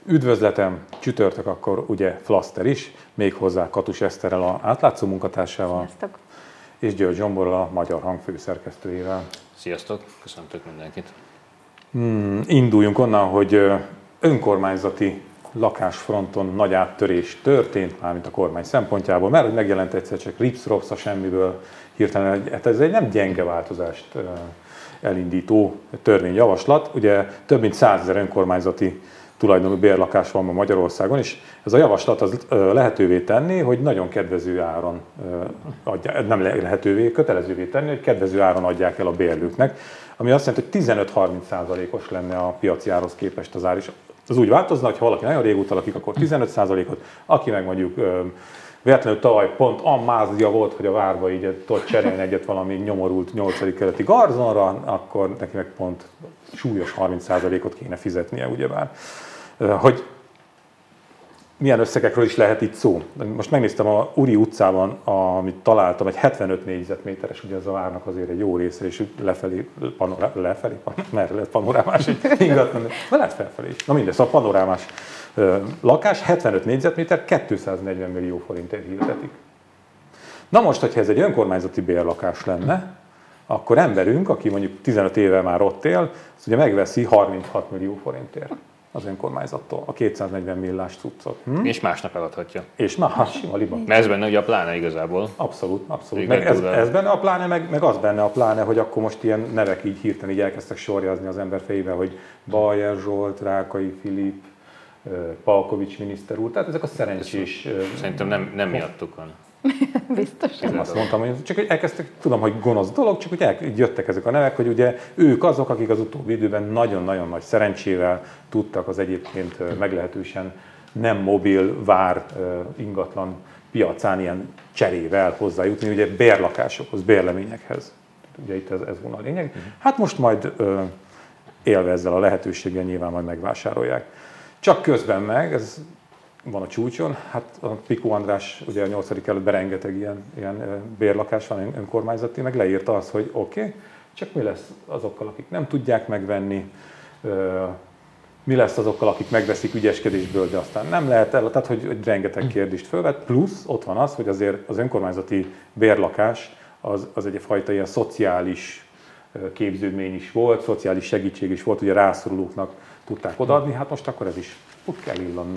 Üdvözletem, csütörtök akkor ugye Flaszter is, méghozzá Katus Eszterrel, a átlátszó munkatársával. Sziasztok. És György Zsomborral, a Magyar Hang főszerkesztőjével. Sziasztok, köszöntök mindenkit. Induljunk onnan, hogy önkormányzati lakásfronton nagy áttörés történt, mármint a kormány szempontjából, mert hogy megjelent egyszer csak ripsz-ropsz a semmiből hirtelen, hát ez egy nem gyenge változást elindító törvényjavaslat. Ugye több mint 100 000 önkormányzati tulajdonú bérlakás van ma Magyarországon, és ez a javaslat az lehetővé tenni, hogy nagyon kedvező áron adják, nem lehetővé, kötelezővé tenni, hogy kedvező áron adják el a bérlőknek, ami azt jelenti, hogy 15-30%-os lenne a piaci árhoz képest az ár is. Az úgy változna, hogy ha valaki nagyon régóta lakik, akkor 15%-ot, aki meg mondjuk véletlenül tavaly pont mázja volt, hogy a várba így tudott cserélni egyet valami nyomorult 8. kerületi garzonra, akkor neki meg pont súlyos 30%-ot kéne fizetnie, ugyebár. Hogy milyen összegekről is lehet itt szó. Most megnéztem a Uri utcában, amit találtam, egy 75 négyzetméteres, ugye ez a várnak azért egy jó része, és lefelé, mert lehet panorámás egy ingatlan, de lehet felfelé is. Na mindegy, szóval panorámás lakás, 75 négyzetméter, 240 millió forintért hirdetik. Na most, hogyha ez egy önkormányzati bérlakás lenne, akkor emberünk, aki mondjuk 15 éve már ott él, az ugye megveszi 36 millió forintért az önkormányzattól a 240 millás cuccot. És másnap eladhatja. És már sima liba. Mert ez benne ugye a pláne igazából. Abszolút. Meg ez benne a pláne, meg az benne a pláne, hogy akkor most ilyen nevek így hirtelen így elkezdtek sorjazni az ember fejébe, hogy Bajer Zsolt, Rákai Filip, Palkovics miniszter úr, tehát ezek a szerencsés... Szerintem nem miattuk van. Biztos. Nem azt mondtam, hogy csak hogy elkezdtek, tudom, hogy gonosz dolog, csak hogy jöttek ezek a nevek, hogy ugye ők azok, akik az utóbbi időben nagyon-nagyon nagy szerencsével tudtak az egyébként meglehetősen nem mobil vár ingatlan piacán ilyen cserével hozzájutni, ugye bérlakásokhoz, bérleményekhez. Ugye itt ez volna a lényeg. Hát most majd élve ezzel a lehetőséggel nyilván majd megvásárolják. Csak közben meg, ez van a csúcson, hát a Pikó András ugye a 8. kerületben rengeteg ilyen bérlakás van önkormányzati, meg leírta azt, hogy oké, csak mi lesz azokkal, akik nem tudják megvenni, mi lesz azokkal, akik megveszik ügyeskedésből, de aztán nem lehet el, tehát hogy rengeteg kérdést fölvet, plusz ott van az, hogy azért az önkormányzati bérlakás az egyfajta ilyen szociális képződmény is volt, szociális segítség is volt, ugye rászorulóknak tudták odaadni, hát most akkor ez is elillanna.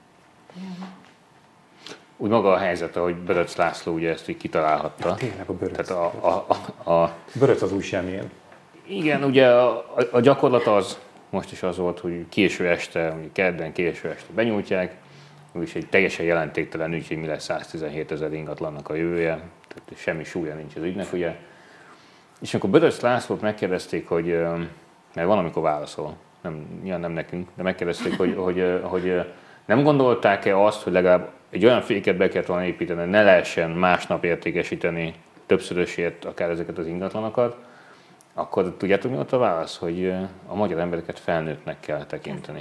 Úgy maga a helyzet, ahogy Böröcz László ugye ezt így kitalálhatta. Tényleg a Böröcz. Tehát Böröcz az új semmilyen. Igen, ugye a gyakorlat az, most is az volt, hogy késő este, kedden késő este benyújtják, úgyis egy teljesen jelentéktelen ügy, hogy mi lesz 117 000 ingatlannak a jövője, tehát semmi súlya nincs az ügynek, ugye. És akkor Böröcz Lászlót megkérdezték, hogy, mert van, amikor válaszol, nem nekünk, de megkérdezték, hogy nem gondolták-e azt, hogy legalább egy olyan féket be kellett volna építeni, hogy ne lehessen másnap értékesíteni többszörösért akár ezeket az ingatlanokat, akkor tudjátok, mi volt a válasz? Hogy a magyar embereket felnőttnek kell tekinteni.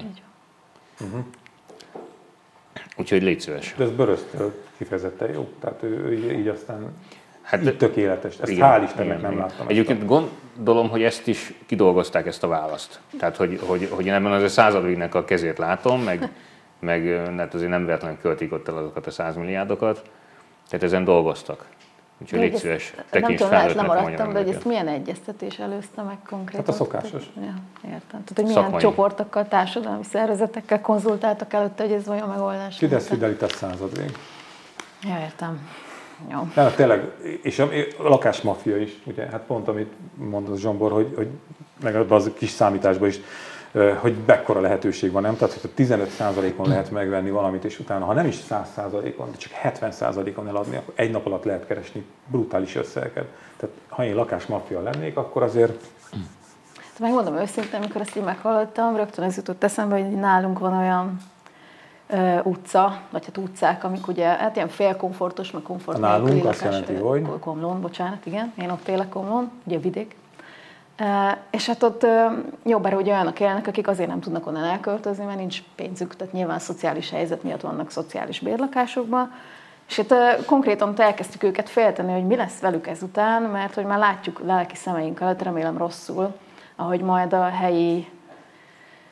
Úgyhogy légy szíves. De ez Böröztől kifejezetten jó, tehát ő így aztán hát, így tökéletes. Ezt igen, hál' Istennek nem láttam. Egyébként gondolom, hogy ezt is kidolgozták, ezt a választ. Tehát, hogy én ebben az századiknek a kezét látom, meg hát azért nem véletlenül költik ott el azokat a 100 milliárdokat, tehát ezen dolgoztak. Úgyhogy légy szíves, tekints felnőttnek a magyar lemaradtam, de hogy ezt milyen egyeztetés előzte meg konkrétan? Hát a szokásos. Ja, értem. Tehát, hogy milyen szakmai csoportokkal, társadalmi szervezetekkel konzultáltak előtte, hogy ez vajon megoldás? Fidesz Fidelitás századvég. Ja, értem. Jó. Nem, tényleg, és a lakásmafia is, ugye, hát pont amit mondott Zsombor, hogy meg az a kis számításban is, hogy mekkora lehetőség van, nem? Tehát, hogyha 15%-on lehet megvenni valamit, és utána, ha nem is 100%-on, de csak 70%-on eladni, akkor egy nap alatt lehet keresni brutális összegeket. Tehát, ha én lakásmafia lennék, akkor azért... Megmondom őszintén, amikor ezt így meghallottam, rögtön ez jutott eszembe, hogy nálunk van olyan utca, vagy hát utcák, amik ugye, hát ilyen félkomfortos, meg komfort nálunk azt jelenti, hogy? Komlón, bocsánat, igen, én ott élek Komlón, ugye vidék. És hát ott jó, bár ugye olyanok élnek, akik azért nem tudnak onnan elköltözni, mert nincs pénzük, tehát nyilván szociális helyzet miatt vannak szociális bérlakásokban. És itt konkrétan elkezdtük őket félteni, hogy mi lesz velük ezután, mert hogy már látjuk lelki szemeink előtt, remélem rosszul, ahogy majd a helyi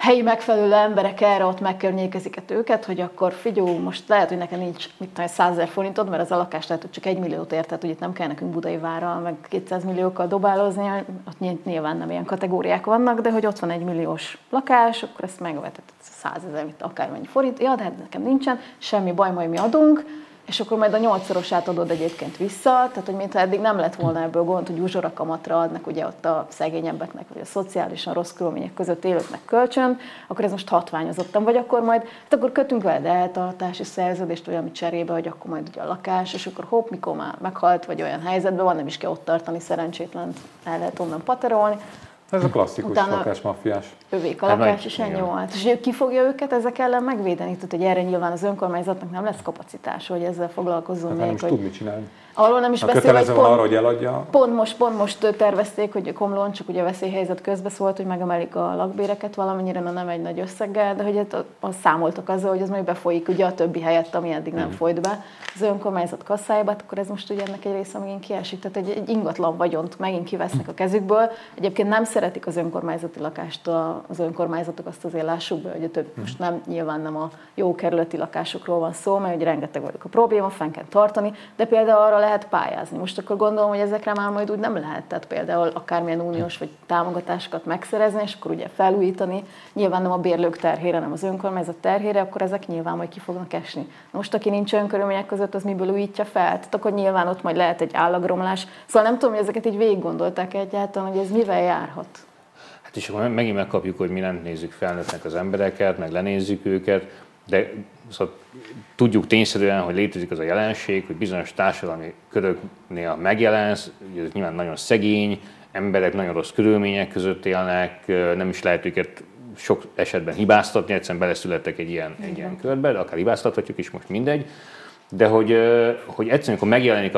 helyi megfelelő emberek erre ott megkörnyékezik őket, hogy akkor figyelj, most lehet, hogy nekem nincs 100 000 forintod, mert az a lakás lehet, hogy csak 1 milliót ért, tehát hogy itt nem kell nekünk Budai Várral, meg 200 milliókkal dobálozni, ott nyilván nem ilyen kategóriák vannak, de hogy ott van 1 milliós lakás, akkor ezt megvetett 100 000, akármennyi forint, ja, de hát nekem nincsen, semmi baj, majd mi adunk, és akkor majd a 8-szorosát adod egyébként vissza, tehát hogy mintha eddig nem lett volna ebből gond, hogy uzsorakamatra adnak ugye ott a szegényebbeknek, vagy a szociálisan rossz körülmények között élőknek kölcsön, akkor ez most hatványozottan, vagy akkor majd, hát akkor kötünk veled eltartási szerződést olyan cserébe, hogy akkor majd ugye a lakás, és akkor hopp, mikor már meghalt, vagy olyan helyzetben van, nem is kell ott tartani, szerencsétlent el lehet onnan paterolni. Ez a klasszikus lakásmaffiás. Övék a lakás, és ennyi volt. És ki fogja őket ezek ellen megvédeni? Tehát, hogy erre nyilván az önkormányzatnak nem lesz kapacitása, hogy ezzel foglalkozzon hát még. Nem is tud mit csinálni. Arról nem is kötelező van arra, hogy eladja. Pont most tervezték, hogy Komlón csak ugye veszélyhelyzet közbeszólt, hogy megemelik a lakbéreket valamennyire, nem egy nagy összeggel, de hogy azt számoltak azzal, hogy ez majd befolyik ugye a többi helyett, ami eddig nem folyt be az önkormányzat kasszájába, akkor ez most ugye ennek egy része megint kiesik. Tehát egy ingatlan vagyont megint kivesznek a kezükből. Egyébként nem szeretik az önkormányzati lakást az önkormányzatok, azt azért lássuk be, hogy a több, most nyilván nem a jó kerületi lakásokról van szó, mert ugye rengeteg vagyok a probléma, fenn kell tartani, de például arra lehet pályázni. Most akkor gondolom, hogy ezekre már majd úgy nem lehet, tehát például akármilyen uniós vagy támogatásokat megszerezni, és akkor ugye felújítani, nyilván nem a bérlők terhére, nem az önkormányzat terhére, akkor ezek nyilván majd ki fognak esni. Most aki nincs olyan körülmények között, az miből újítja fel? Tehát akkor nyilván ott majd lehet egy állagromlás. Szóval nem tudom, hogy ezeket így végig gondolták egyáltalán, hogy ez mivel járhat. Hát és akkor megint megkapjuk, hogy mi nem nézzük felnőttnek az embereket, meg lenézzük őket, de szóval tudjuk tényszerűen, hogy létezik az a jelenség, hogy bizonyos társadalmi köröknél megjelensz, hogy ez nyilván nagyon szegény, emberek nagyon rossz körülmények között élnek, nem is lehet őket sok esetben hibáztatni, egyszerűen beleszülettek egy ilyen körbe, de akár hibáztathatjuk is, most mindegy, de hogy egyszerűen, amikor megjelenik a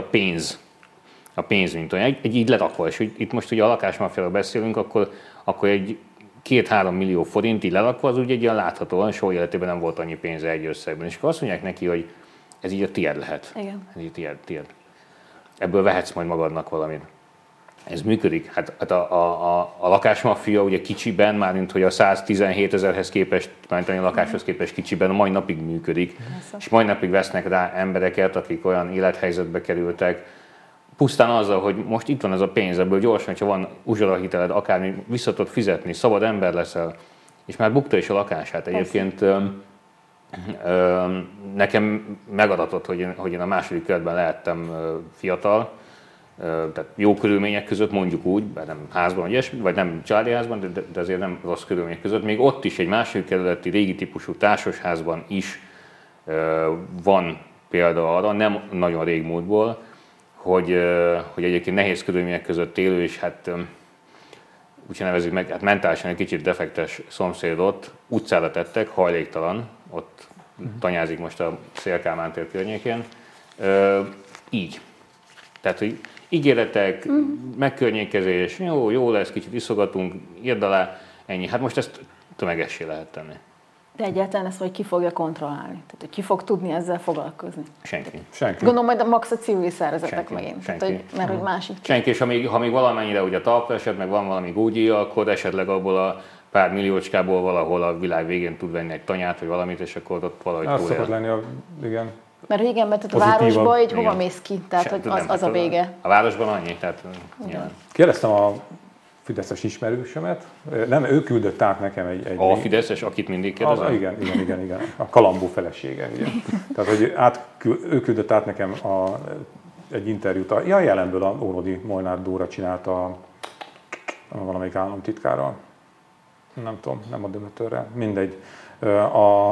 pénz, mint olyan, egy így lerakva, és itt most ugye a lakásmaffiáról beszélünk, akkor egy 2-3 millió forint így lerakva, az ugye egy ilyen láthatóan, soha életében nem volt annyi pénze egy összegben. És akkor azt mondják neki, hogy ez így a tiéd lehet. Igen. Ez így tiéd. Ebből vehetsz majd magadnak valamit. Ez működik. Hát a lakásmaffia ugye kicsiben, mármint hogy a 117 000-hez képest, mármint a lakáshoz képest kicsiben, a mai napig működik. És mai napig vesznek rá embereket, akik olyan élethelyzetbe kerültek, pusztán azzal, hogy most itt van ez a pénz, ebből gyorsan, hogyha van uzsorahiteled, akármi, vissza tudod fizetni, szabad ember leszel, és már bukta is a lakását. Egyébként nekem megadatott, hogy én a második kerületben lehettem fiatal, tehát jó körülmények között, mondjuk úgy, nem házban, vagy nem családi házban, de azért nem rossz körülmények között. Még ott is egy második kerületi régi típusú társasházban is van példa arra, nem nagyon régmúltból, hogy egyébként nehéz körülmények között élő, és hát úgy nevezzük meg, hát mentálisan egy kicsit defektes szomszédot utcára tettek, hajléktalan, ott tanyázik most a Széll-Kálmán tér környékén. Így. Tehát, hogy ígéretek, megkörnyékezés, jó lesz, kicsit iszogatunk, írd alá, ennyi. Hát most ezt tömegessé lehet tenni. De egyáltalán ezt vagy ki fogja kontrollálni? Tehát, hogy ki fog tudni ezzel foglalkozni? Senki. Gondolom majd a max a civil szervezetek megint. Senki. Tehát, mert hogy másik. Senki, és ha még valamennyire ugye talpra esett, meg van valami gógyi, akkor esetleg abból a pár milliócskából valahol a világ végén tud venni egy tanyát, vagy valamit, és akkor ott valahogy túlélni. Szokott lenni igen. Mert igen, mert a városban így hova mész ki? Tehát, hogy az a vége. A városban annyi, tehát nyilván. Kérdeztem a fideszes ismerősömet, nem, ő küldött át nekem egy a fideszes, akit mindig kérdezem? Igen. A Kalambó felesége. Ugye. Tehát, hogy ő küldött át nekem egy interjút. A jelenből a Ónodi Molnár Dóra csinálta valamelyik államtitkárral. Nem tudom, nem a Demetőrrel. Mindegy. A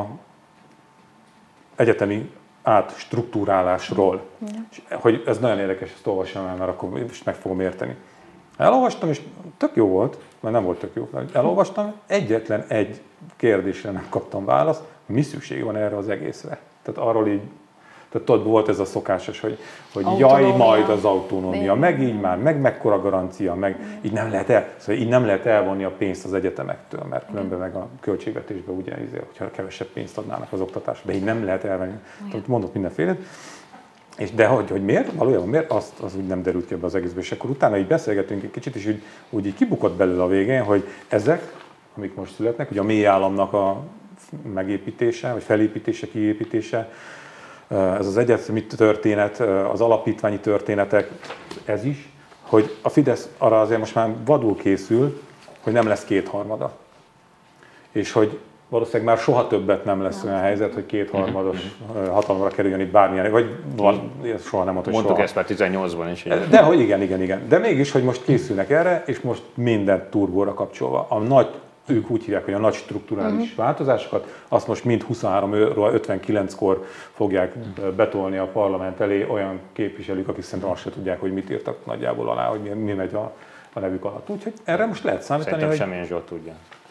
egyetemi átstruktúrálásról. Hogy ez nagyon érdekes, ezt olvassam el, mert akkor most meg fogom érteni. Elolvastam, és tök jó volt, mert nem volt tök jó. Elolvastam, egyetlen egy kérdésre nem kaptam választ, mi szükség van erre az egészre. Tehát arról így, tehát tudod, volt ez a szokásos, hogy jaj, majd az autonómia, meg így már, meg mekkora garancia, meg így nem lehet elvonni a pénzt az egyetemektől, mert különben meg a költségvetésben ugye, hogyha kevesebb pénzt adnának az oktatásba, így nem lehet elvenni. Mondott mindenféle. De hogy miért? Valójában miért? Az úgy nem derült ki ebbe az egészbe. És akkor utána így beszélgetünk egy kicsit, és úgy így kibukott belőle a végén, hogy ezek amik most születnek, ugye a mély államnak a megépítése, vagy felépítése, kiépítése, ez az egyetemi történet, az alapítványi történetek, ez is, hogy a Fidesz arra azért most már vadul készül, hogy nem lesz kétharmada. És hogy valószínűleg már soha többet nem lesz olyan helyzet, hogy kétharmados hatalomra kerüljön itt bármilyen, vagy soha nem mondta, hogy mondtuk soha. ezt már 18-ban is. De hogy igen. De mégis, hogy most készülnek erre, és most mindent turbóra kapcsolva. Ők úgy hívják, hogy a nagy strukturális változásokat, azt most mind 23-ról 59-kor fogják betolni a parlament elé olyan képviselők, akik szerintem azt se tudják, hogy mit írtak nagyjából alá, hogy mi megy a nevük alatt. Úgyhogy erre most lehet számítani, szerintem semmilyen Zsolt tudja.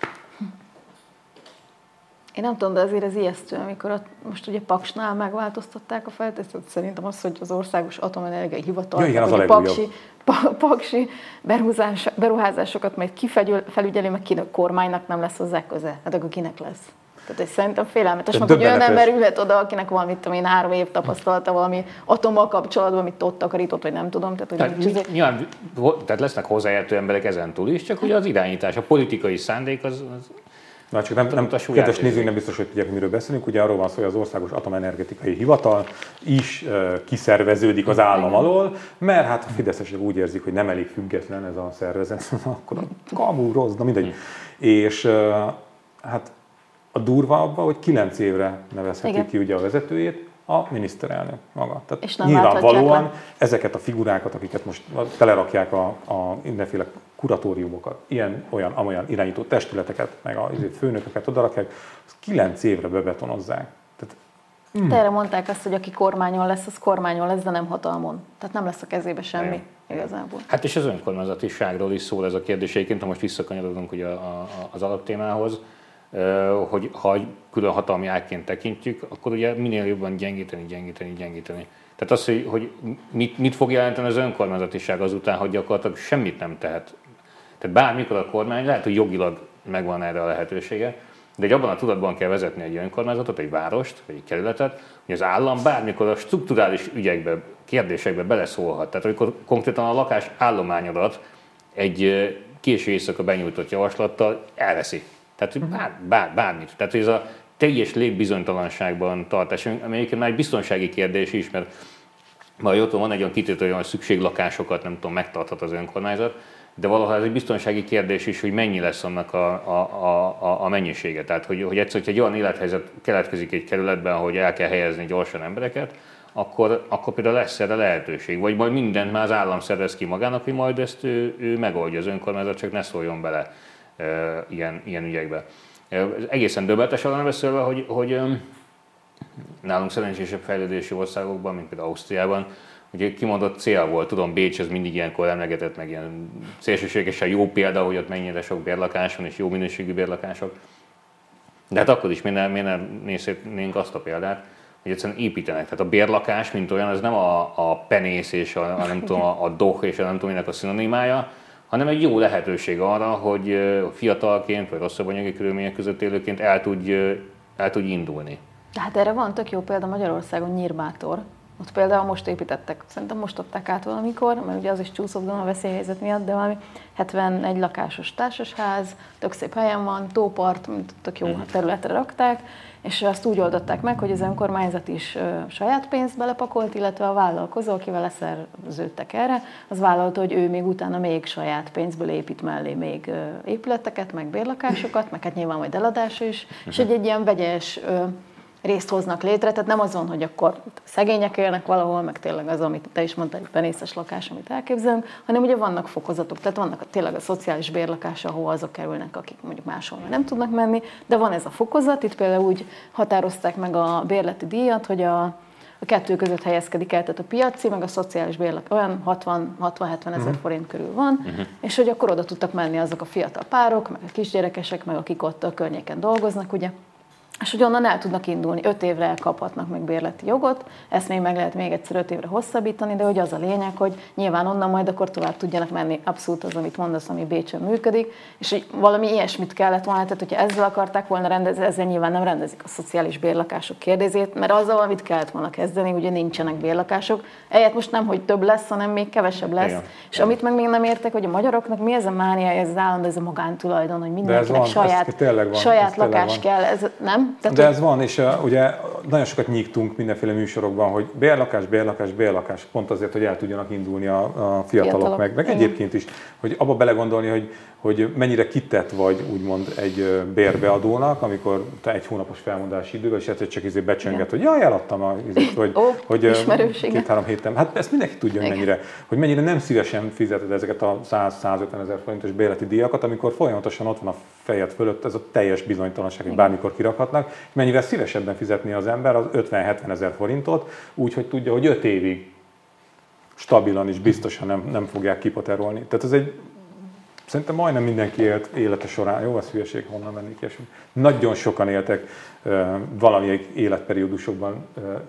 Én nem tudom, de azért ez ijesztő, amikor most ugye Paksnál megváltoztatták a feltételt, szerintem az, hogy az Országos Atomenergiai Hivatal, paksi beruházásokat majd kifelügyeli, meg kinek kormánynak nem lesz hozzá köze. Hát akkor kinek lesz? Tehát ez szerintem félelmetes, meg hogy olyan ember ülhet oda, akinek van, mit tudom én, 3 év tapasztalata valami atommal kapcsolatban, amit ott takarított, vagy nem tudom. Tehát lesznek hozzáértő emberek ezen túl is, csak ugye az irányítás, a politikai szándék az Na, csak nem kedves nézőink nem biztos, hogy tudják, miről beszélünk. Ugye arról van szó, hogy az Országos Atomenergetikai Hivatal is kiszerveződik az állam alól, mert hát a fideszesek úgy érzik, hogy nem elég független ez a szervezet, akkor a kamu rossz, na mindegy. És hát a durva abban, hogy 9 évre nevezhetik ki ugye a vezetőjét, a miniszterelnök maga. Tehát nyilvánvalóan ezeket a figurákat, akiket most telerakják a mindenféle kuratóriumokat, olyan irányító testületeket, meg a főnököket odarakják, az 9 évre bebetonozzák. De erre mondták azt, hogy aki kormányon lesz, az kormányon lesz, de nem hatalmon. Tehát nem lesz a kezébe semmi igazából. Hát és az önkormányzatiságról is szól ez a kérdés. Egyébként, ha most visszakanyarodunk ugye az alaptémához, hogy ha külön hatalmi ágként tekintjük, akkor ugye minél jobban gyengíteni. Tehát az, hogy mit fog jelenteni az önkormányzatiság azután, hogy gyakorlatilag semmit nem tehet. Tehát bármikor a kormány, lehet, hogy jogilag megvan erre a lehetősége, de egy abban a tudatban kell vezetni egy önkormányzatot, egy várost, vagy egy kerületet, hogy az állam bármikor a strukturális ügyekbe, kérdésekbe beleszólhat. Tehát amikor konkrétan a lakás állományodat egy késő éjszaka benyújtott javaslattal elveszi. Tehát bármit. Tehát ez a teljes légbizonytalanságban tartás, ami egyébként már egy biztonsági kérdés is, mert majd ott van egy olyan kitétel, hogy szükséglakásokat nem tudom, megtarthat az önkormányzat, de valahogy ez egy biztonsági kérdés is, hogy mennyi lesz annak a mennyisége. Tehát, hogy egyszer, hogyha egy olyan élethelyzet keletkezik egy kerületben, hogy el kell helyezni gyorsan embereket, akkor például lesz erre lehetőség. Vagy majd mindent már az állam szervez ki magának, hogy majd ezt ő megoldja, az önkormányzat csak ne szóljon bele ilyen ügyekbe. Egészen döbbenetes arra beszélve, hogy nálunk szerencsésebb fejlődési országokban, mint például Ausztriában, ugye kimondott cél volt, tudom, Bécs az mindig ilyenkor emlegetett, meg ilyen szélsőségesen jó példa, hogy ott mennyire sok bérlakás van, és jó minőségű bérlakások. De hát akkor is miért nem nézhetnénk azt a példát, hogy egyszerűen építenek. Tehát a bérlakás, mint olyan, az nem a penész és a doh és a nem tudom minek a szinonimája, hanem egy jó lehetőség arra, hogy fiatalként vagy rosszabb anyagi körülmények között élőként el tudj indulni. Tehát erre van tök jó példa Magyarországon, Nyírbátor. Ott például most építettek, szerintem most adták át valamikor, mert ugye az is csúszott a veszélyhelyzet miatt, de valami 71 lakásos társasház, tök szép helyen van, tópart, tök jó területre rakták, és azt úgy oldották meg, hogy az önkormányzat is saját pénzt belepakolt, illetve a vállalkozó, akivel leszerződtek erre, az vállalta, hogy ő még utána még saját pénzből épít mellé még épületeket, meg bérlakásokat, meg hát nyilván majd eladás is, és egy ilyen vegyes részt hoznak létre, tehát nem az van, hogy akkor szegények élnek valahol, meg tényleg az, amit te is mondtad, egy penészes lakás, amit elképzelünk, hanem ugye vannak fokozatok, tehát vannak tényleg a szociális bérlakás, ahol azok kerülnek, akik mondjuk máshol nem tudnak menni, de van ez a fokozat, itt például úgy határozták meg a bérleti díjat, hogy a kettő között helyezkedik el, tehát a piaci, meg a szociális bérlek olyan 60-70 ezer forint körül van, és hogy akkor oda tudtak menni azok a fiatal párok, meg a kisgyerekesek, meg akik ott a környéken dolgoznak, ugye, és hogy onnan el tudnak indulni, 5 évre kaphatnak meg bérleti jogot, ezt még meg lehet még egyszer 5 évre hosszabbítani, de hogy az a lényeg, hogy nyilván onnan majd akkor tovább tudjanak menni, abszolút az, amit mondasz, ami Bécsen működik, és hogy valami ilyesmit kellett volna, tehát hogyha ezzel akarták volna rendezni, ezzel nyilván nem rendezik a szociális bérlakások kérdését, mert azzal, amit kellett volna kezdeni, ugye nincsenek bérlakások, eljött most nem, hogy több lesz, hanem még kevesebb lesz, igen. És amit meg még nem értek, hogy a magyaroknak mi ez a mániája, ez az állandó, ez a magántulajdon, hogy mindenkinek saját lakás kell, ez nem? Tehát, de ez van, és ugye nagyon sokat nyígtunk mindenféle műsorokban, hogy bérlakás, pont azért, hogy el tudjanak indulni a fiatalok. Meg egyébként is, hogy abba belegondolni, hogy mennyire kitett vagy úgymond egy bérbeadónak, amikor te egy hónapos felmondási idővel, és egyszer csak becsönget, hogy jaj, eladtam hogy 2-3 héten. Hát ezt mindenki tudja, hogy mennyire nem szívesen fizeted ezeket a 100-150 ezer forintos bérleti díjakat, amikor folyamatosan ott van a fejed fölött ez a teljes bizonytalanság, hogy bármikor kirakhatnak, mennyivel szívesebben fizetni az ember az 50-70 ezer forintot, úgy, hogy tudja, hogy 5 évig stabilan és biztosan nem fogják kipaterolni. Tehát ez egy, szerintem majdnem mindenki élete során, jó, az hülyeség, honnan mennék ilyesmi. Nagyon sokan éltek valamelyik életperiódusokban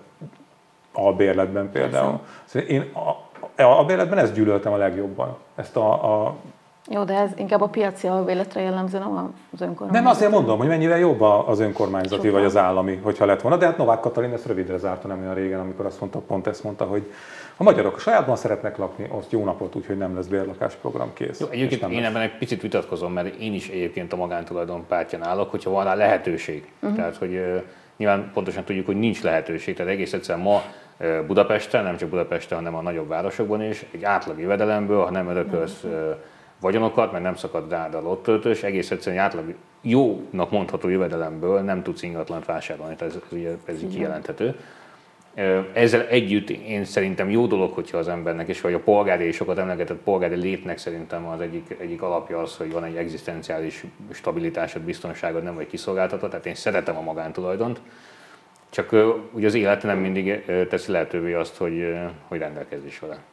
albérletben például. Én albérletben ezt gyűlöltem a legjobban. Ezt Jó, de ez inkább a piaci albérletre jellemző, nem az önkormányzati. Nem, azért mondom, hogy mennyire jobb az önkormányzati vagy az állami, hogyha lett volna. De hát Novák Katalin ezt rövidre zárta nem olyan régen, amikor pont ezt mondta, hogy a magyarok a sajátban szeretnek lakni, azt jó napot, úgyhogy nem lesz bérlakásprogram kész. Jó, egyébként én ebben egy picit vitatkozom, mert én is egyébként a magántulajdon pártján állok, hogyha van rá lehetőség. Tehát, hogy nyilván pontosan tudjuk, hogy nincs lehetőség, tehát egész egyszerűen ma Budapesten, nem csak Budapesten, hanem a nagyobb városokban is, egy átlag jövedelemből, ha nem örökölsz vagyonokat, mert nem szakad rád a lottöltős, egész egyszerűen egy átlag jónak mondható jövedelemből nem tudsz ingatlant vásárolni, tehát ez így kijelenthető. Ezzel együtt én szerintem jó dolog, hogyha az embernek, és vagy a polgári, és sokat emlegetett polgári létnek szerintem az egyik alapja az, hogy van egy egzisztenciális stabilitásod, biztonságod, nem vagy kiszolgáltatva, tehát én szeretem a magántulajdont, csak ugye az élet nem mindig teszi lehetővé azt, hogy rendelkezz is vele.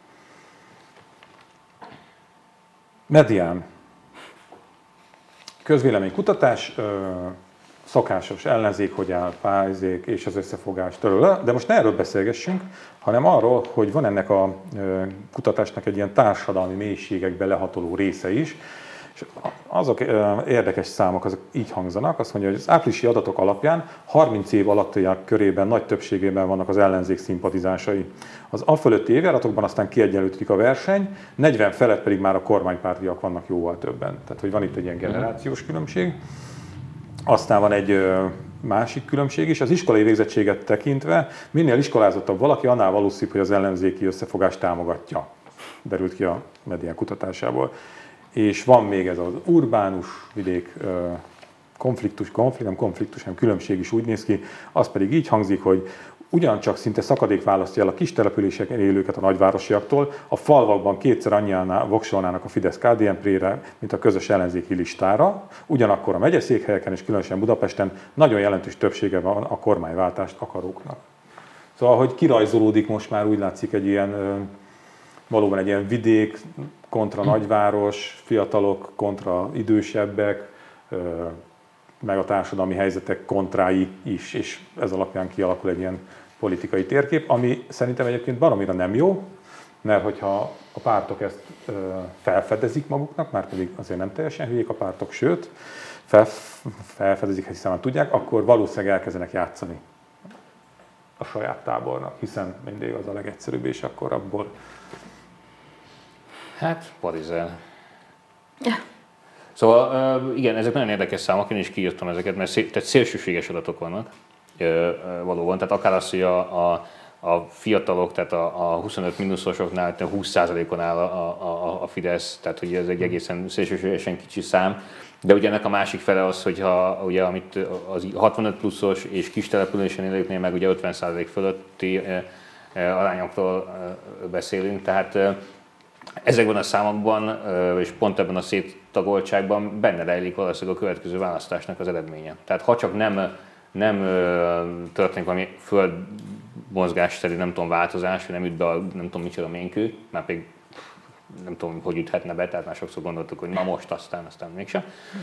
Medián. Közvéleménykutatás, szokásos ellenzék, hogy áll, pályzék és az összefogás töröl. De most ne erről beszélgessünk, hanem arról, hogy van ennek a kutatásnak egy ilyen társadalmi mélységekbe lehatoló része is. És azok érdekes számok, azok így hangzanak, azt mondja, hogy az áprilisi adatok alapján 30 év alattiak körében nagy többségében vannak az ellenzék szimpatizánsai. Az afölötti évjáratokban aztán kiegyenlődik a verseny, 40 felett pedig már a kormánypártiak vannak jóval többen. Tehát, hogy van itt egy ilyen generációs különbség. Aztán van egy másik különbség is, az iskolai végzettséget tekintve minél iskolázottabb valaki, annál valószínűbb, hogy az ellenzéki összefogást támogatja. Derült ki a Medián kutatásából. És van még ez az urbánus vidék nem különbség is úgy néz ki, az pedig így hangzik, hogy ugyancsak szinte szakadék választja el a kis településeken élőket a nagyvárosiaktól, a falvakban kétszer annyian voksolnának a Fidesz-KDNP-re, mint a közös ellenzéki listára, ugyanakkor a megyeszékhelyeken és különösen Budapesten nagyon jelentős többsége van a kormányváltást akaróknak. Szóval, hogy kirajzolódik most már úgy látszik egy ilyen, valóban egy ilyen vidék kontra nagyváros, fiatalok kontra idősebbek, meg a társadalmi helyzetek kontrái is, és ez alapján kialakul egy ilyen politikai térkép, ami szerintem egyébként baromira nem jó, mert hogyha a pártok ezt felfedezik maguknak, már pedig azért nem teljesen hülyék a pártok, sőt, felfedezik, hiszen már tudják, akkor valószínűleg elkezdenek játszani a saját tábornak, hiszen mindig az a legegyszerűbb, és akkor abból... Hát, parizel. Szóval igen, ezek nagyon érdekes számok, én is kiírtam ezeket, mert tehát szélsőséges adatok vannak valóban. Tehát akár az, hogy a fiatalok, tehát a 25 mínuszosoknál 20%-on áll a Fidesz, tehát hogy ez egy egészen szélsőségesen kicsi szám. De ugye ennek a másik fele az, hogyha ugye, amit az 65 pluszos és kis településen élőknél meg ugye 50% fölötti arányoktól beszélünk, tehát ezekben a számokban, és pont ebben a széttagoltságban benne rejlik valószínűleg a következő választásnak az eredménye. Tehát ha csak nem történik valami földmozgásszerű, nem tudom, változás, vagy nem üt be a nem tudom micsoda ménkő, már pedig nem tudom, hogy üthetne be, tehát már sokszor gondoltuk, hogy na most, aztán mégsem.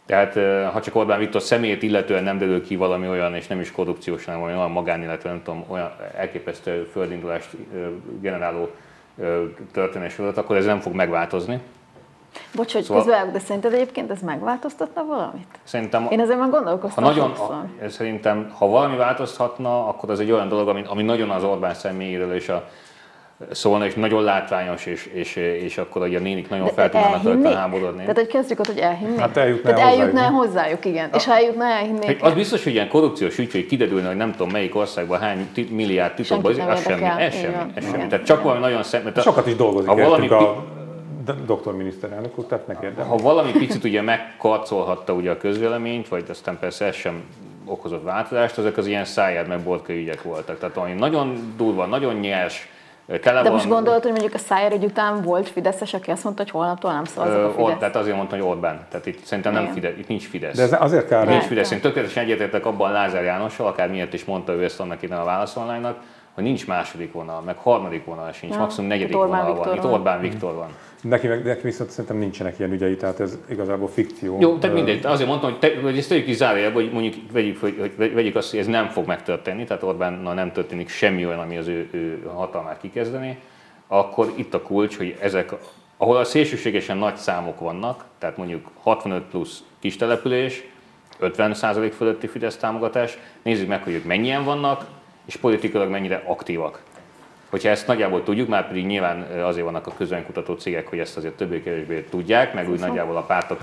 Tehát ha csak Orbán Viktor személyét illetően nem derül ki valami olyan, és nem is korrupciós, hanem olyan magánéletben, nem tudom, olyan elképesztő földindulást generáló történés volt, akkor ez nem fog megváltozni. Bocs, hogy szóval, közben, de szerinted egyébként ez megváltoztatna valamit? Szerintem, én ezzel már gondolkoztam. Szerintem, ha valami változhatna, akkor az egy olyan dolog, ami nagyon az Orbán személyéről és szólna, és nagyon látványos, és akkor ugye a nénik nagyon fel tudnának rajta háborodni. Tehát, hogy kezdjük ott, hogy elhinni? Hát eljutná hozzájuk, igen. És ha eljutná, elhinnék. Az biztos, hogy ilyen korrupciós ügy, hogy kiderülne, hogy nem tudom melyik országban hány milliárd titokban, ez semmi. Tehát csak valami nagyon sokat is dolgozik a doktor miniszterelnök úr, tehát megérdemel. Ha valami picit ugye megkarcolhatta ugye a közvéleményt, vagy aztán persze ez sem okozott változást, ezek az ilyen szájár meg Botka ügyek voltak. Tehát ami nagyon durva, nagyon nyers, de most gondolod, hogy mondjuk a Szájer ügy után volt fideszes, aki azt mondta, hogy holnaptól nem szavazok a Fidesz? Tehát azért mondtam, hogy Orbán. Tehát itt szerintem nem Fidesz, itt nincs Fidesz. De ez azért kár. Nincs Fidesz. Én tökéletesen egyetértek abban Lázár Jánossal, akár miért is mondta ő ezt annak idején a Válasz Online-nak, hogy nincs második vonal, meg harmadik vonal sincs, maximum negyedik vonal van. Itt Orbán Viktor van. Neki viszont szerintem nincsenek ilyen ügyei, tehát ez igazából fikció. Jó, tehát mindegy. Azért mondtam, hogy ezt tegyük is zárójelbe, hogy mondjuk vegyük azt, hogy ez nem fog megtörténni, tehát Orbánnal nem történik semmi olyan, ami az ő hatalmát kikezdené, akkor itt a kulcs, hogy ezek, ahol a szélsőségesen nagy számok vannak, tehát mondjuk 65 plusz kis település, 50% fölötti Fidesz támogatás, nézzük meg, hogy ők mennyien vannak, és politikailag mennyire aktívak. Hogyha ezt nagyjából tudjuk, már pedig nyilván azért vannak a közönkutató cégek, hogy ezt azért többé-kevésbé tudják, meg úgy nagyjából a pártok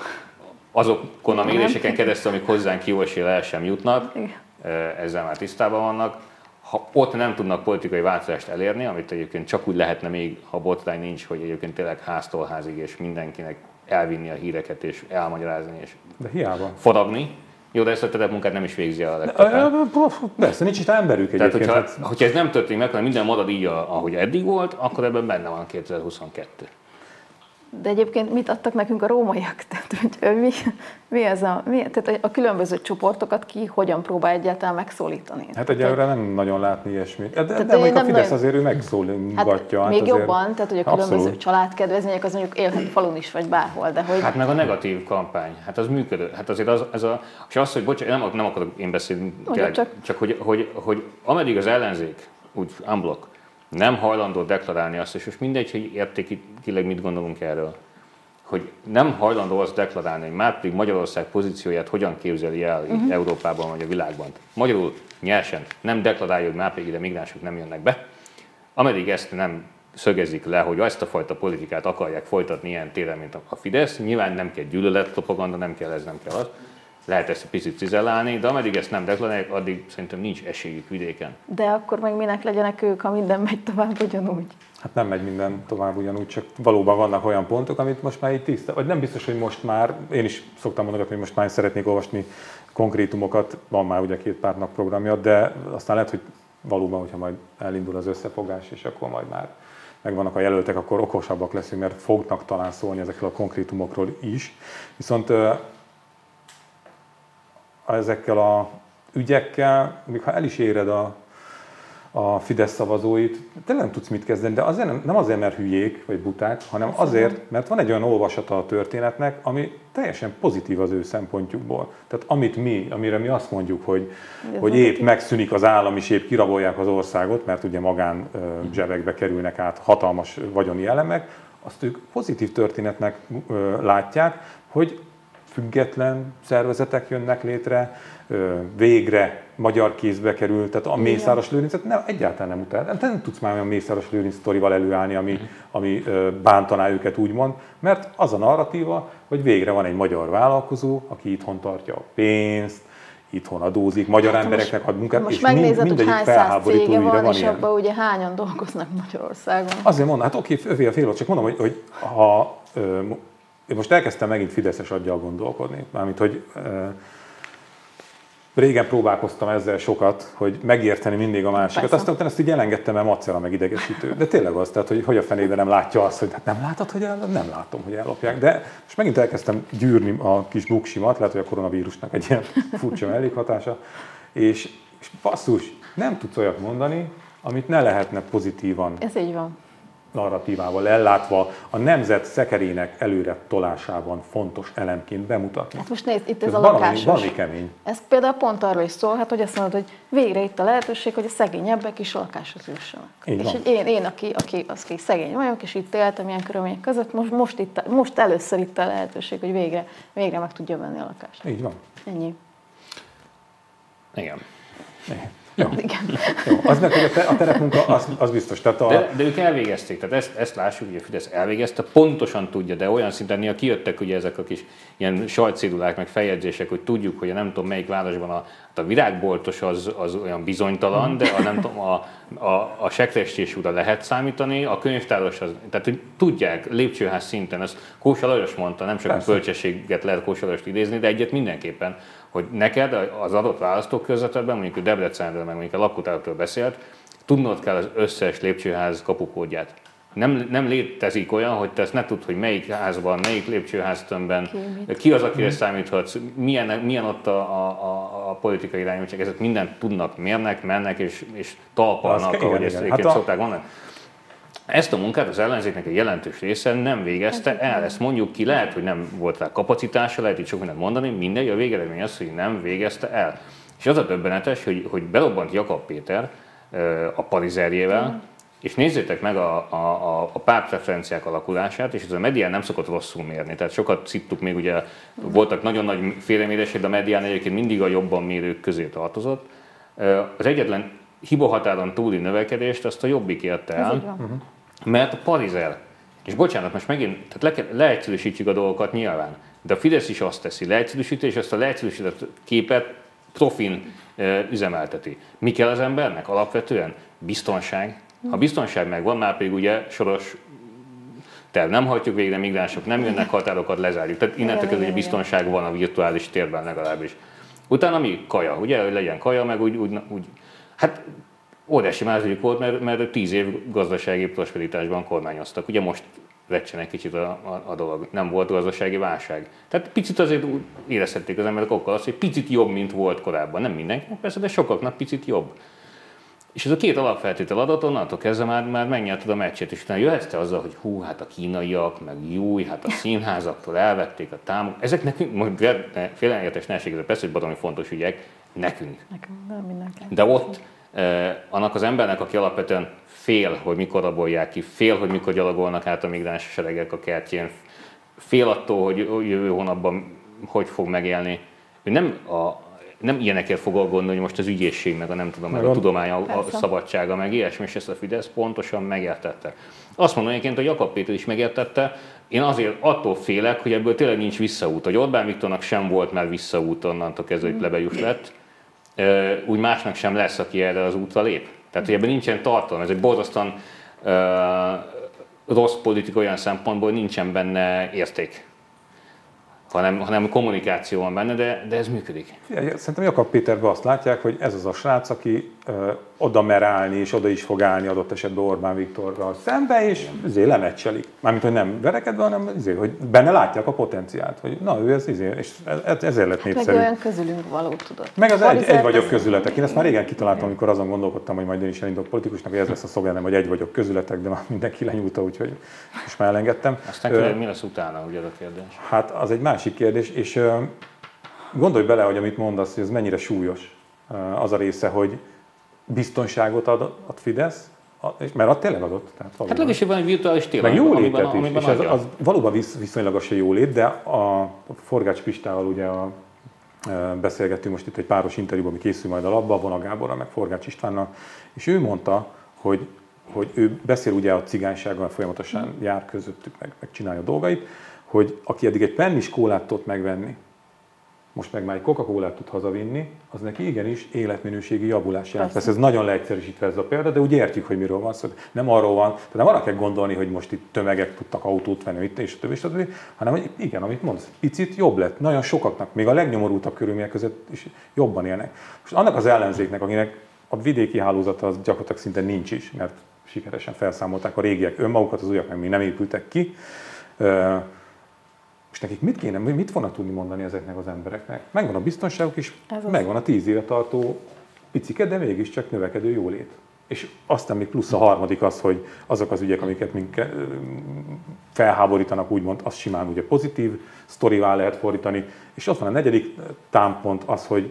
azokon a méréseken keresztül, amik hozzánk jó eséllyel el sem jutnak, ezzel már tisztában vannak. Ha ott nem tudnak politikai változást elérni, amit egyébként csak úgy lehetne még, ha botrány nincs, hogy egyébként tényleg háztól házig és mindenkinek elvinni a híreket és elmagyarázni és faragni. Jó, de ezt a telepmunkát nem is végzi a legtöbben. Persze, nincs itt emberük egyébként. Tehát, hogyha ez nem történik meg, hanem minden marad így, ahogy eddig volt, akkor ebben benne van 2022. De egyébként mit adtak nekünk a rómaiak? Tehát, hogy mi ez tehát a különböző csoportokat ki hogyan próbál egyáltalán megszólítani? Hát egyelőre nem nagyon látni ilyesmit. De mondjuk a Fidesz azért ő megszólítgatja. Hát még jobban, tehát hogy a különböző családkedvezmények, az mondjuk élhet falun is, vagy bárhol. De hogy... Hát meg a negatív kampány, hát az működő. Hát azért és az, hogy bocsánat, nem akarok én beszélni, csak hogy ameddig az ellenzék, úgy unblock, nem hajlandó deklarálni azt, és most mindegy, hogy értékileg mit gondolunk erről, hogy nem hajlandó azt deklarálni, hogy már pedig Magyarország pozícióját hogyan képzeli el Európában vagy a világban. Magyarul nyersen nem deklarálja, hogy már pedig ide migránsok nem jönnek be. Ameddig ezt nem szögezik le, hogy ezt a fajta politikát akarják folytatni ilyen téren, mint a Fidesz, nyilván nem kell gyűlöletpropaganda, nem kell ez, nem kell az. Lehet ezt egy picit cizellálni, de ameddig ezt nem deklarálják, addig szerintem nincs esélyük vidéken. De akkor meg minek legyenek ők, ha minden megy tovább ugyanúgy? Hát nem megy minden tovább ugyanúgy, csak valóban vannak olyan pontok, amit most már így tiszta, vagy nem biztos, hogy most már, én is szoktam mondogatni, hogy most már szeretnék olvasni konkrétumokat, van már ugye két pártnak programja, de aztán lehet, hogy valóban, hogyha majd elindul az összefogás, és akkor majd már megvannak a jelöltek, akkor okosabbak leszünk, mert fognak talán szólni ezekről a konkrétumokról is. Viszont ezekkel a ügyekkel, még ha el is éred a Fidesz szavazóit, tényleg nem tudsz mit kezdeni, de azért nem azért, mert hülyék vagy buták, hanem azért, mert van egy olyan olvasata a történetnek, ami teljesen pozitív az ő szempontjukból. Tehát amire mi azt mondjuk, hogy épp megszűnik az állam, és épp kirabolják az országot, mert ugye magán zsebekbe kerülnek át hatalmas vagyoni elemek, azt ők pozitív történetnek látják, hogy független szervezetek jönnek létre, végre magyar kézbe került, tehát a Mészáros Lőrincet egyáltalán nem utál. Nem tudsz már olyan Mészáros Lőrinc sztorival előállni, ami bántaná őket úgymond, mert az a narratíva, hogy végre van egy magyar vállalkozó, aki itthon tartja a pénzt, itthon adózik, magyar embereknek ad munkát, és mindegyik felháborító ügyre van és abban ugye hányan dolgoznak Magyarországon. Azért mondom, hát oké, övé a fél, csak mondom, hogy ha én most elkezdtem megint fideszes aggyal gondolkodni, mármint, hogy régen próbálkoztam ezzel sokat, hogy megérteni mindig a másikat, aztán utána ezt így elengedtem, mert macera meg idegesítő. De tényleg az, tehát, hogy a fenében nem látja azt, hogy hát nem látod, hogy nem látom, hogy ellopják. De most megint elkezdtem gyűrni a kis buksimat, lehet, hogy a koronavírusnak egy ilyen furcsa mellékhatása, és basszus, nem tudsz olyat mondani, amit ne lehetne pozitívan. Ez így van. narratívával ellátva, a nemzet szekerének előre tolásában fontos elemként bemutatni. Hát most nézd, itt ez a lakásos. Valami kemény. Ez például pont arról is szól, hát, hogy azt mondod, hogy végre itt a lehetőség, hogy a szegényebbek is lakáshoz jussanak. Így és van. hogy én aki szegény vagyok, és itt éltem ilyen körülmények között, most először itt a lehetőség, hogy végre meg tudja venni a lakást. Így van. Ennyi. Igen. Jó. Igen. Jó. Az meg, hogy a terepmunka, az biztos. Tehát De ők elvégezték, tehát ezt lássuk, hogy a Fidesz elvégezte, pontosan tudja, de olyan szinten néha kijöttek ugye ezek a kis ilyen sajtcédulák, meg feljegyzések, hogy tudjuk, hogy a nem tudom melyik városban a virágboltos az olyan bizonytalan, de nem tudom, a sekrestési lehet számítani, a könyvtáros az, tehát hogy tudják lépcsőház szinten, ezt Kósa Lajos mondta, nem csak a bölcsességet lehet Kósa Lajost idézni, de egyet mindenképpen, hogy neked az adott választókörzetedben, mondjuk a Debrecenről, meg mondjuk a lakótelepről beszélt, tudnod kell az összes lépcsőház kapukódját. Nem létezik olyan, hogy te ezt ne tudd, hogy melyik házban, melyik lépcsőháztömbben, ki az, akire számíthatsz, milyen ott a politikai irányultság, ezeket mindent tudnak, mérnek, mennek és talpalnak, ahogy ezt egyébként szokták mondani. Ezt a munkát az ellenzéknek egy jelentős része nem végezte el, ezt mondjuk ki, lehet, hogy nem volt rá kapacitása, lehet itt sok mindent mondani, mindegy, a végeredmény az, hogy nem végezte el. És az a döbbenetes, hogy berobbant Jakab Péter a Palizerjével, és nézzétek meg a pártpreferenciák alakulását, és ez a medián nem szokott rosszul mérni. Tehát sokat szittuk még, ugye voltak nagyon nagy félremérések, de a medián egyébként mindig a jobban mérők közé tartozott. Az egyetlen hibahatáron túli növekedést azt a Jobbik érte el, mert a Palizer, és bocsánat, most megint, tehát leegyszerűsítjük a dolgokat nyilván, de a Fidesz is azt teszi, leegyszerűsíti, és ezt a leegyszerűsített képet profin üzemelteti. Mi kell az embernek? Alapvetően biztonság. Ha biztonság megvan, már pedig ugye soros terv, nem hajtjuk végre, migránsok nem jönnek, határokat lezárjuk. Tehát innentől kezdve biztonság van a virtuális térben legalábbis. Utána mi? Kaja, ugye, hogy legyen kaja, meg úgy hát óriási mázliuk volt, mert 10 év gazdasági prosperitásban kormányoztak. Ugye most recsen egy kicsit a dolog, nem volt gazdasági válság. Tehát picit azért érezhették az emberek okkal azt, hogy picit jobb, mint volt korábban. Nem mindenkinek persze, de sokaknak picit jobb. És ez a két alapfeltétel adat, onnantól kezdve már megnyerted a meccset, és utána jöhetsz te azzal, hogy hát a kínaiak, meg hát a színházaktól elvették a támogatást. Ezek nekünk, félreértés ne esik, persze, hogy baromi fontos ügyek, nekünk. De ott annak az embernek, aki alapvetően fél, hogy mikor rabolják ki, fél, hogy mikor gyalogolnak át a migráns seregek a kertjén, fél attól, hogy jövő hónapban hogy fog megélni. Ő nem ilyenekért fog aggódni, hogy most az ügyészség, meg a nem tudom, meg a tudomány, a szabadsága, meg ilyesmi, és ezt a Fidesz pontosan megértette. Azt mondom egyébként, hogy Jakab Péter is megértette, én azért attól félek, hogy ebből tényleg nincs visszaút. Hogy Orbán Viktornak sem volt már visszaút onnantól kezdve, hogy plebejus lett, úgy másnak sem lesz, aki erre az útra lép. Tehát, hogy ebben nincsen tartalom, ez egy borzasztóan rossz politika olyan szempontból, nincsen benne érték. Hanem kommunikáció van benne, de ez működik. Szerintem Jakab Péterben azt látják, hogy ez az a srác, aki oda mer állni, és oda is fog állni adott esetben Orbán Viktorral szembe, és lemecselik. Mármint, hogy nem verekedve, hanem hogy benne látják a potenciált, hogy na, ő ez és ezért lett népszerű. Meg olyan közülünk való, tudod. Meg az egy vagyok közületek. Én ezt már régen kitaláltam, amikor azon gondolkodtam, hogy majd én is elindulok politikusnak, hogy ez lesz a szlogenem, hogy egy vagyok közületek, de már mindenki lenyúlta, úgyhogy most már elengedtem. Aztán mi lesz utána, ugye a kérdés? Hát az egy másik kérdés, és gondolj bele, hogy amit mondasz, hogy ez mennyire súlyos az a része, hogy biztonságot ad Fidesz, mert ott tényleg adott. Hát legalábbis van egy virtuális tér, meg jólétet is, és az valóban viszonylagos a jólét, de a Forgács Pistával ugye beszélgettünk most itt egy páros interjúban, ami készül majd a labba, Vona Gáborral, meg Forgács Istvánnal, és ő mondta, hogy ő beszél ugye a cigánysággal, folyamatosan jár közöttük, meg csinálja a dolgait, hogy aki eddig egy pennis kólát tudott megvenni, most meg már egy Coca-Colát tud hazavinni, az neki igenis életminőségi javulás jelent. Persze ez nagyon leegyszerűsítve ez a példa, de úgy értjük, hogy miről van szó. Nem arról van, tehát nem arra kell gondolni, hogy most itt tömegek tudtak autót venni, és a többi, hanem hogy igen, amit mondasz, picit jobb lett, nagyon sokaknak, még a legnyomorultabb körülmények között is jobban élnek. Most annak az ellenzéknek, akinek a vidéki hálózata az gyakorlatilag szinte nincs is, mert sikeresen felszámolták a régiek önmagukat, az újak meg még nem épültek ki. És nekik mit volna tudni mondani ezeknek az embereknek? Megvan a biztonságuk is, megvan a 10 éve tartó picike, de mégiscsak növekedő jólét. És aztán még plusz a harmadik az, hogy azok az ügyek, amiket felháborítanak, úgymond, az simán ugye pozitív sztorivá lehet fordítani. És ott van a negyedik támpont az, hogy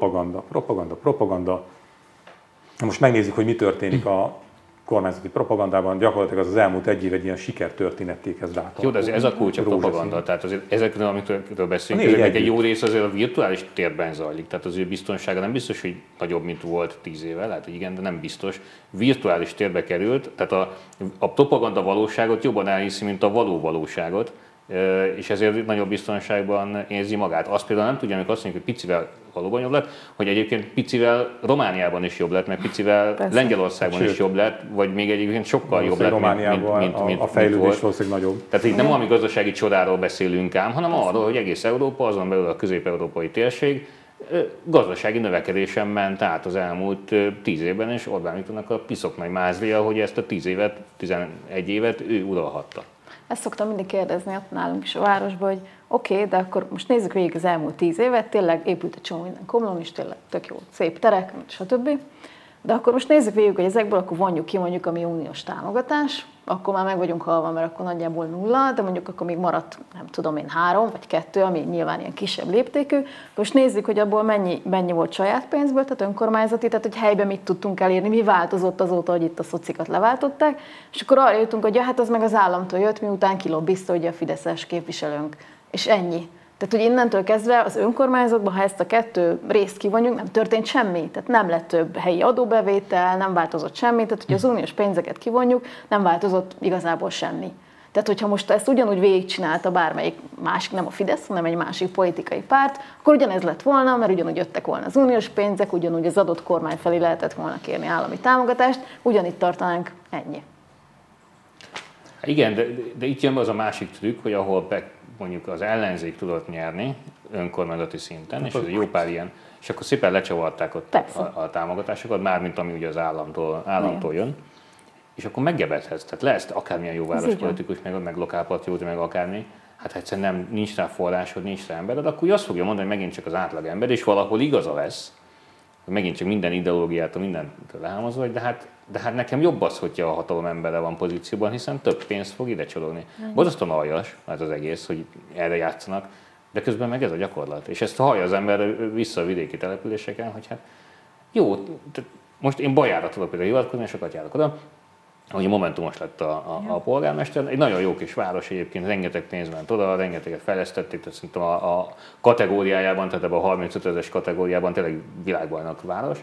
propaganda. Most megnézzük, hogy mi történik a kormányzati propagandában, gyakorlatilag az elmúlt egy év egy ilyen sikertörténetté kezd át. Jó, de ez a kulcs a propaganda. Tehát azért ezekről, amikről beszélünk, ezeknek egy jó rész azért a virtuális térben zajlik. Tehát az ő biztonsága nem biztos, hogy nagyobb, mint volt 10 éve, lehet, hogy igen, de nem biztos. Virtuális térbe került, tehát a propaganda valóságot jobban elhiszi, mint a való valóságot, és ezért nagyobb biztonságban érzi magát. Azt például nem tudja, amikor azt mondjuk, hogy picivel valóban jobb lett, hogy egyébként picivel Romániában is jobb lett, meg picivel Lengyelországban is jobb lett, vagy még egyébként sokkal jobb lett, mint a fejlődés valószínűleg nagyobb. Tehát itt nem valami gazdasági csodáról beszélünk ám, hanem arról, hogy egész Európa, azon belül a közép-európai térség gazdasági növekedésen ment át az elmúlt 10 évben, és Orbán Viktornak a piszok nagy mázlia, hogy ezt a 10 évet, 11 évet ő uralhatta. Ezt szoktam mindig kérdezni ott nálunk is a városban, hogy oké, de akkor most nézzük végig az elmúlt 10 évet, tényleg épült egy csomó minden Komlón is, tényleg tök jó, szép terek, stb. De akkor most nézzük végig, hogy ezekből akkor vonjuk ki mondjuk a mi uniós támogatás, akkor már meg vagyunk halva, mert akkor nagyjából 0, de mondjuk akkor még maradt, nem tudom én, 3 vagy 2, ami nyilván ilyen kisebb léptékű. Most nézzük, hogy abból mennyi volt saját pénzből, tehát önkormányzati, tehát hogy helyben mit tudtunk elérni, mi változott azóta, hogy itt a szocikat leváltották, és akkor arra jutunk, hogy ja, hát az meg az államtól jött, miután kilobbizta ugye a fideszes képviselőnk, és ennyi. Tehát, hogy innentől kezdve az önkormányzatban, ha ezt a 2 részt kivonjuk, nem történt semmi. Tehát nem lett több helyi adóbevétel, nem változott semmi. Tehát, hogy az uniós pénzeket kivonjuk, nem változott igazából semmi. Tehát, hogyha most ezt ugyanúgy végigcsinálta bármelyik másik, nem a Fidesz, hanem egy másik politikai párt, akkor ugyanez lett volna, mert ugyanúgy jöttek volna az uniós pénzek, ugyanúgy az adott kormány felé lehetett volna kérni állami támogatást, ugyanitt tartanánk, ennyi. Igen, de itt jön az a másik trükk, hogy ahol mondjuk az ellenzék tudott nyerni önkormányzati szinten, és ez egy jó pár ilyen, és akkor szépen lecsavarták ott a támogatásokat, mármint ami ugye az államtól jön, és akkor meggebedhetsz. Tehát lesz akármilyen jó várospolitikus, meg lokálpatrióta, meg akármi, hát egyszerűen nincs rá forrásod, nincs rá embered, akkor azt fogja mondani, hogy megint csak az átlag ember, és valahol igaza lesz, hogy megint csak minden ideológiától, mindent lehámozva, de hát nekem jobb az, hogyha a hatalom embere van pozícióban, hiszen több pénzt fog ide csalogni. Borzasztóan aljas ez az egész, hogy erre játszanak, de közben meg ez a gyakorlat. És ezt hallja az ember vissza a vidéki településeken, hogy hát jó, most én Bajára tudok például hivatkozni, és sokat járok oda, hogy a Momentumos lett a polgármester. Egy nagyon jó kis város egyébként, rengeteg pénz ment oda, rengeteget fejlesztették, tehát szerintem a kategóriájában, tehát ebben a 35 000-es kategóriában tényleg világbajnok város.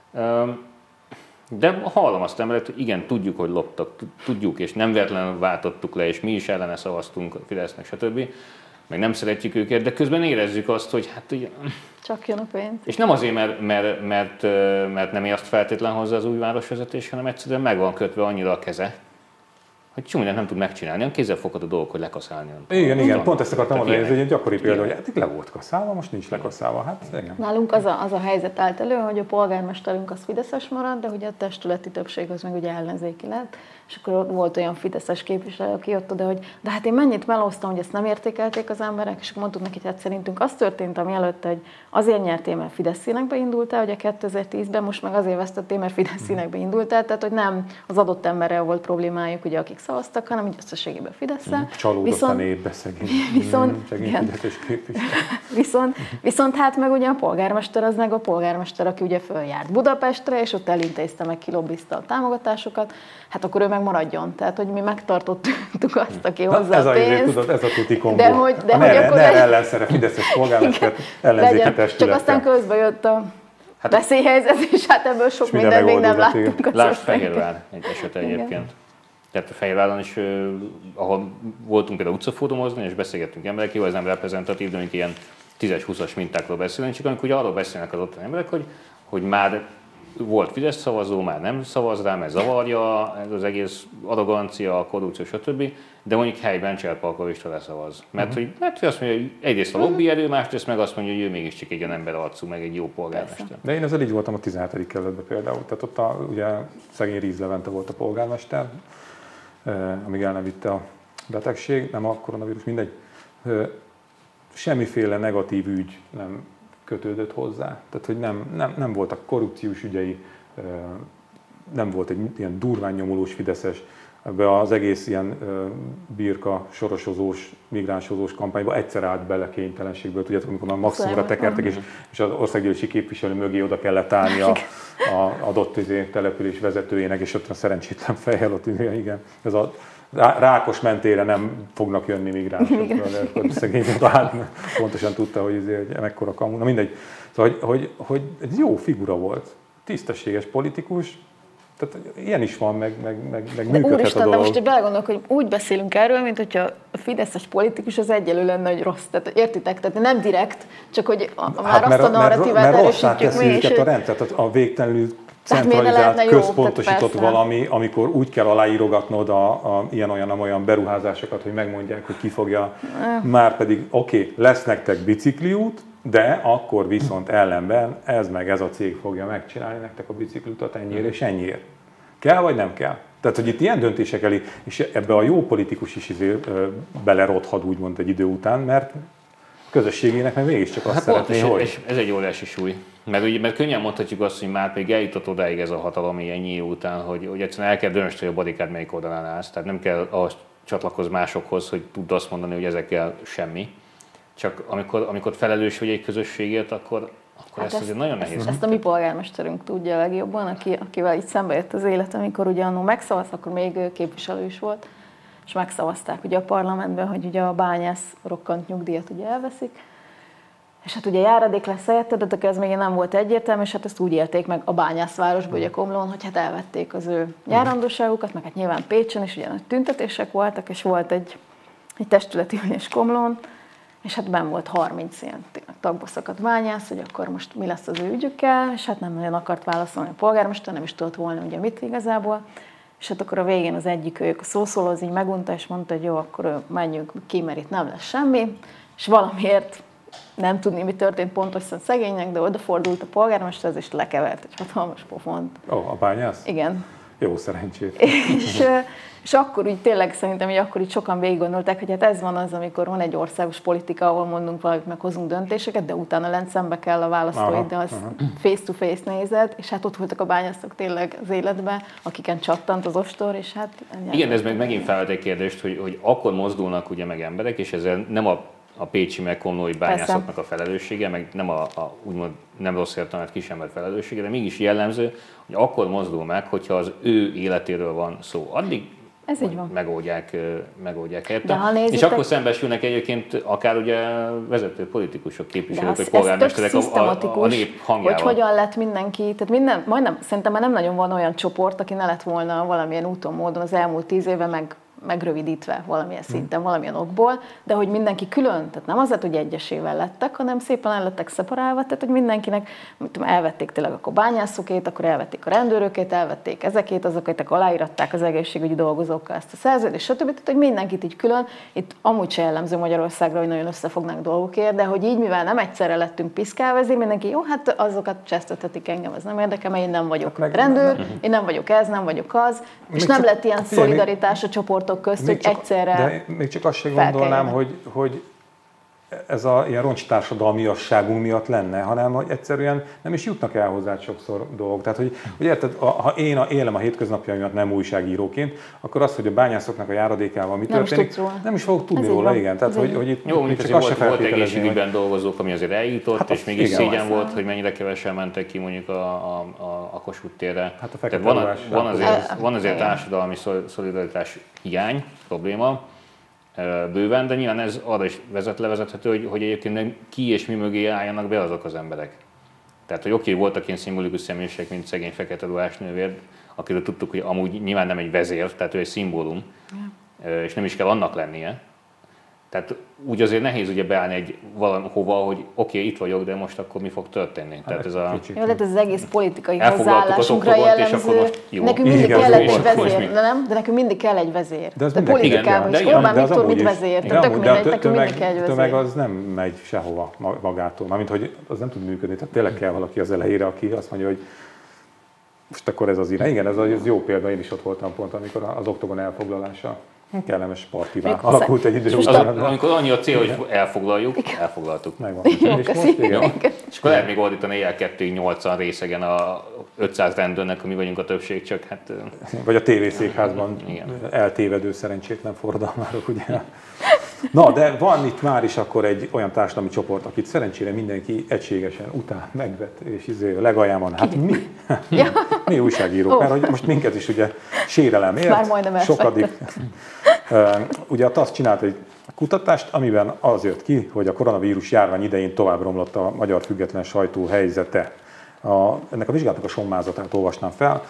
De hallom azt emberek, hogy igen, tudjuk, hogy loptak, tudjuk, és nem véletlenül váltottuk le, és mi is ellene szavaztunk a Fidesznek, stb. Meg nem szeretjük őket, de közben érezzük azt, hogy hát ugye... Csak jön a pénz. És nem azért, mert nem ért feltétlen hozzá az új városvezetés, hanem egyszerűen meg van kötve annyira a keze, hogy csomó mindent nem tud megcsinálni, olyan kézzelfogható dolgok, hogy lekaszálni. Igen, pont ezt akartam mondani, ez egy gyakori példa, hogy hát le volt kaszálva, most nincs lekaszálva. Hát igen. Nálunk az a helyzet állt elő, hogy a polgármesterünk az fideszes marad, de ugye a testületi többség az meg ugye ellenzéki lett, és akkor volt olyan fideszes képviselő, aki jött oda, hogy de hát én mennyit melóztam, hogy ezt nem értékelték az emberek, és akkor mondtuk neki, hogy hát szerintünk az történt, ami előtte, hogy azért nyertél, mert Fidesz színekbe indultál, ugye 2010-ben, most meg azért vesztettél, mert Fidesz színekbe indultál, tehát hogy nem az adott emberrel volt problémájuk, ugye, akik szavaztak, hanem így összességében Fidesz-szel. Csalódott a népbe szegény fideszes képviselő. Viszont hát meg ugye a polgármester az meg a polgármester, aki ugye följárt Budapestre, és ott elintézte, meg kilobbizta a támogatásokat, hát akkor ő meg maradjon. Tehát, hogy mi megtartottuk azt, aki hozzá a pénzt. Ez a tuti kombó. De hogy akkor ellenszere Fideszes polgármester, ellenzéki testülettel. Csak aztán közben jött a veszélyhelyzet, és hát ebből sok mindent még nem láttunk. Lásd Fehérvár egy eset egyébként. Tehát a Fehérváron is, ahol voltunk például utcafórumozni, és beszélgettünk emberek, jó, ez nem reprezentatív, de mondjuk ilyen 10-20-as mintákról beszélünk, csak amikor arról beszélnek az ottani emberek, hogy már volt Fidesz szavazó, már nem szavaz rá, mert zavarja ez az egész arrogancia, a korrupció, stb. De mondjuk helyben Cserpalkovista leszavaz. Mert hogy azt mondja, hogy egyrészt a lobbyerő, másrészt meg azt mondja, hogy ő mégiscsak egy olyan ember arcú, meg egy jó polgármester. De én ezzel így voltam a 17. kerületben például. Tehát ott ugye szegény Ríz Levente volt a polgármester, amíg el nem vitte a betegség, nem a koronavírus, mindegy. Semmiféle negatív ügy nem kötődött hozzá. Tehát, hogy nem voltak korrupciós ügyei, nem volt egy ilyen durván nyomulós fideszes, ebbe az egész ilyen birka, sorosozós, migránsozós kampányba egyszer állt bele kénytelenségből, tudjátok, amikor már maximumra tekertek, és az országgyűlési képviselő mögé oda kellett állni a adott település vezetőjének, és ott a szerencsétlen fejjel ott, igen, ez a Rákos mentére nem fognak jönni migránsok, de szegény pontosan tudta, hogy mekkora kamu. Na mindegy, szóval, hogy egy jó figura volt, tisztességes politikus, tehát ilyen is van, meg működhet úristen, a dolog. de most belegondolok, hogy úgy beszélünk erről, mint hogyha a fideszes politikus az egyelő lenne, hogy rossz. Tehát értitek? Tehát nem direkt, csak hogy már azt a narratívát erősítjük mi is. A rendszert, a végtelenül centralizált, központosított valami, amikor úgy kell aláírogatnod a ilyen-olyan beruházásokat, hogy megmondják, hogy ki fogja. Már pedig oké, lesz nektek bicikliút, de akkor viszont ellenben ez a cég fogja megcsinálni nektek a bicikliutat ennyiért és ennyiért. Kell vagy nem kell? Tehát, hogy itt ilyen döntések elé, és ebbe a jó politikus is belerodhat úgymond egy idő után, mert közösségének meg mégiscsak azt szeretné, hogy... És ez egy óriási súly. Mert könnyen mondhatjuk azt, hogy már még eljutott odáig ez a hatalom ennyi után, hogy egyszerűen el kell döntsd, hogy a barikád melyik oldalán állsz. Tehát nem kell ahhoz csatlakozni másokhoz, hogy tudd azt mondani, hogy ezekkel semmi. Csak amikor felelős vagy egy közösségért, akkor ezt azért nagyon nehéz. Ezt a mi polgármesterünk tudja legjobban, akivel így szembe jött az élet, amikor ugye annó megszavaztak, akkor még képviselő is volt, és megszavazták ugye a parlamentben, hogy ugye a bányász rokkant nyugdíjat ugye elveszik, és hát ugye járadék lesz helyette, de ez még nem volt egyértelmű, és hát ezt úgy élték meg a bányászvárosban, ugye Komlón, hogy hát elvették az ő járandóságukat, meg hát nyilván Pécsen is ugye nagy tüntetések voltak, és volt egy testületi ülés Komlón, és hát benn volt 30 ilyen tagba szakadt bányász, hogy akkor most mi lesz az ő ügyükkel, és hát nem nagyon akart válaszolni a polgármester, nem is tudott volna ugye mit igazából. És hát akkor a végén az egyik ők a szószóló az így megunta, és mondta, hogy jó, akkor menjünk ki, mert itt nem lesz semmi, és valamiért nem tudni, mi történt pontosan szegénynek, de odafordult a polgármesterhez, és lekevert egy hatalmas pofont. A bányász? Igen. Jó szerencsét. És akkor úgy tényleg szerintem, hogy akkor így sokan végig gondolták, hogy hát ez van az, amikor van egy országos politika, ahol mondunk valamit, meg hozunk döntéseket, de utána lent szembe kell a választóid, de azt face-to-face nézed, és hát ott voltak a bányászok tényleg az életben, akiken csattant az ostor, és hát... Igen, ez meg megint felvet egy kérdést, hogy akkor mozdulnak ugye meg emberek, és ezzel nem a pécsi meg komlói bányászoknak a felelőssége, meg nem úgymond nem rossz értelmet kisemelt felelőssége, de mégis jellemző, hogy akkor mozdul meg, hogyha az ő életéről van szó. Addig ez így van. Megoldják érte. És akkor szembesülnek egyébként akár ugye vezető politikusok, képviselők, vagy polgármesterek a nép hangjával. Hogy hogyan lett mindenki, tehát majdnem, szerintem már nem nagyon van olyan csoport, aki ne lett volna valamilyen úton, módon az elmúlt 10 éve megrövidítve valamilyen szinten, valamilyen okból, de hogy mindenki külön, tehát nem azért, hogy egyesével lettek, hanem szépen el lettek szeparálva, tehát hogy mindenkinek, elvették tényleg akkor bányászokét, akkor elvették a rendőrökét, elvették ezekét, azokat aláíratták az egészségügyi dolgozókkal ezt a szerződést, stb. Tehát, hogy mindenkit így külön, itt amúgy se jellemző Magyarországra, hogy nagyon összefognánk dolgokért, de hogy így, mivel nem egyszerre lettünk piszkálva, mindenki, jó, hát azokat csesztethetik engem, ez nem érdekel, mert én nem vagyok rendőr, én nem vagyok ez, nem vagyok az, és nem lett ilyen szolidaritás a csoportok közt, hogy egyszerre. De még csak azt sem gondolnám, hogy ez a ilyen roncstársadalmiasságunk miatt lenne, hanem hogy egyszerűen nem is jutnak el hozzá sokszor dolgok. Tehát, hogy érted, ha én élem a hétköznapjaimat nem újságíróként, akkor az, hogy a bányászoknak a járadékával mi történik, nem is fogok tudni róla, igen. Tehát, hogy itt jó, mondjuk csak azt volt egészségügyben dolgozók, ami azért eljutott, hát és mégis szégyen volt, hogy mennyire kevesen mentek ki mondjuk a Kossuth térre. Hát van azért társadalmi szolidaritás hiány, probléma, bőven, de nyilván ez arra is levezethető, hogy egyébként ki és mi mögé álljanak be azok az emberek. Tehát, hogy oké, voltak ilyen szimbolikus személyiségek, mint szegény fekete ruhás nővér, akiről tudtuk, hogy amúgy nyilván nem egy vezér, tehát ő egy szimbólum, és nem is kell annak lennie. Tehát úgy azért nehéz ugye beállni valahova, hogy oké, itt vagyok, de most akkor mi fog történni. Tehát ez jó, tehát ez az egész politikai hozzáállásunkra jellemző. Nekünk mindig kell egy vezér, de nekünk mindig kell egy vezér. De politikában is Orbán Viktor mit vezér? Tök mindegy, nekünk mindig kell egy vezér. Tömeg az nem megy sehova magától, mármint hogy az nem tud működni. Tehát tényleg kell valaki az elejére, aki azt mondja, hogy most akkor ez az irány. Igen, ez jó példa, én is ott voltam pont, amikor az Oktogon elfoglalása Kellemes partivá alakult egy idő után. Amikor annyi a cél, hogy elfoglaltuk. Megvan. Jó, És köszi. most igen. És akkor lehet még ordítani éjjel 2-8-an részegen a 500 rendőrnek, hogy mi vagyunk a többség, csak hát... Vagy a tévészékházban eltévedő szerencsétlen forradalmárok, ugye. Na, de van itt már is akkor egy olyan társadalmi csoport, akit szerencsére mindenki egységesen után megvet, és legalján van, hát mi? Mi újságírók, mert hogy most minket is ugye sérelem ért, sokadik. Ugye a TASZ csinált egy kutatást, amiben az jött ki, hogy a koronavírus járvány idején tovább romlott a magyar független sajtó helyzete. Ennek a vizsgálatnak a sommázatát olvasnám fel.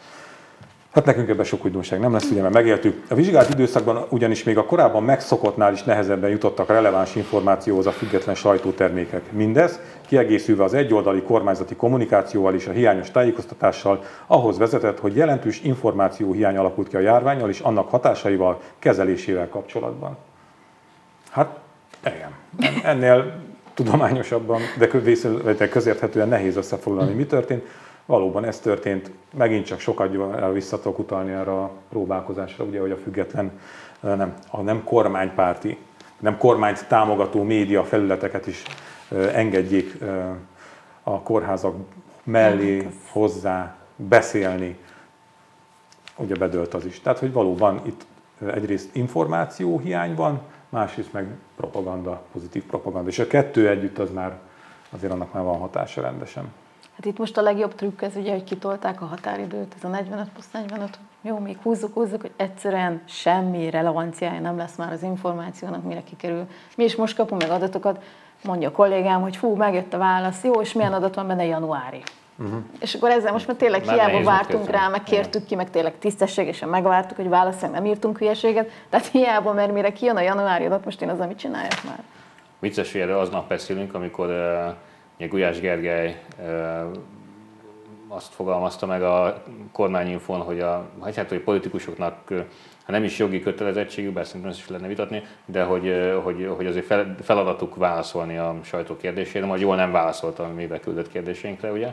Hát nekünk ebben sok újdonság nem lesz, ugye, mert megéltük. A vizsgált időszakban ugyanis még a korábban megszokottnál is nehezebben jutottak releváns információhoz a független sajtótermékek. Mindez kiegészülve az egyoldali kormányzati kommunikációval és a hiányos tájékoztatással ahhoz vezetett, hogy jelentős információhiány alakult ki a járvánnyal és annak hatásaival, kezelésével kapcsolatban. Hát igen, ennél tudományosabban, de közérthetően nehéz összefoglalni, mi történt. Valóban ez történt, megint csak sokat vissza tudok utalni erre a próbálkozásra, ugye, hogy a független, a nem kormánypárti, nem kormányt támogató média felületeket is engedjék a kórházak mellé hozzá beszélni. Ugye bedőlt az is. Tehát, hogy valóban itt egyrészt információhiány van, másrészt meg propaganda, pozitív propaganda. És a kettő együtt az már, azért annak már van hatása rendesen. Hát itt most a legjobb trükk ez ugye, hogy kitolták a határidőt, ez a 45+45, jó, még húzzuk, hogy egyszerűen semmi relevanciája nem lesz már az információnak, mire kikerül. Mi is most kapunk meg adatokat, mondja a kollégám, hogy fú, megjött a válasz, jó, és milyen adat van benne, januári. És akkor ezzel most már tényleg hiába vártunk rá, meg kértük ki, meg tényleg tisztességesen megvártuk, hogy válaszoljon, nem írtunk hülyeséget, tehát hiába, mert mire kijön a januári adat, most én az, amit csinálják már. Vicces, hogy erről aznap beszélünk, amikor Gulyás Gergely azt fogalmazta meg a kormányinfon, hogy politikusoknak ha nem is jogi kötelezettségük, bár szerintem ezt is lenne vitatni, de hogy azért feladatuk válaszolni a sajtó kérdésére, majd jól nem válaszoltam a mi beküldött kérdéseinkre, ugye?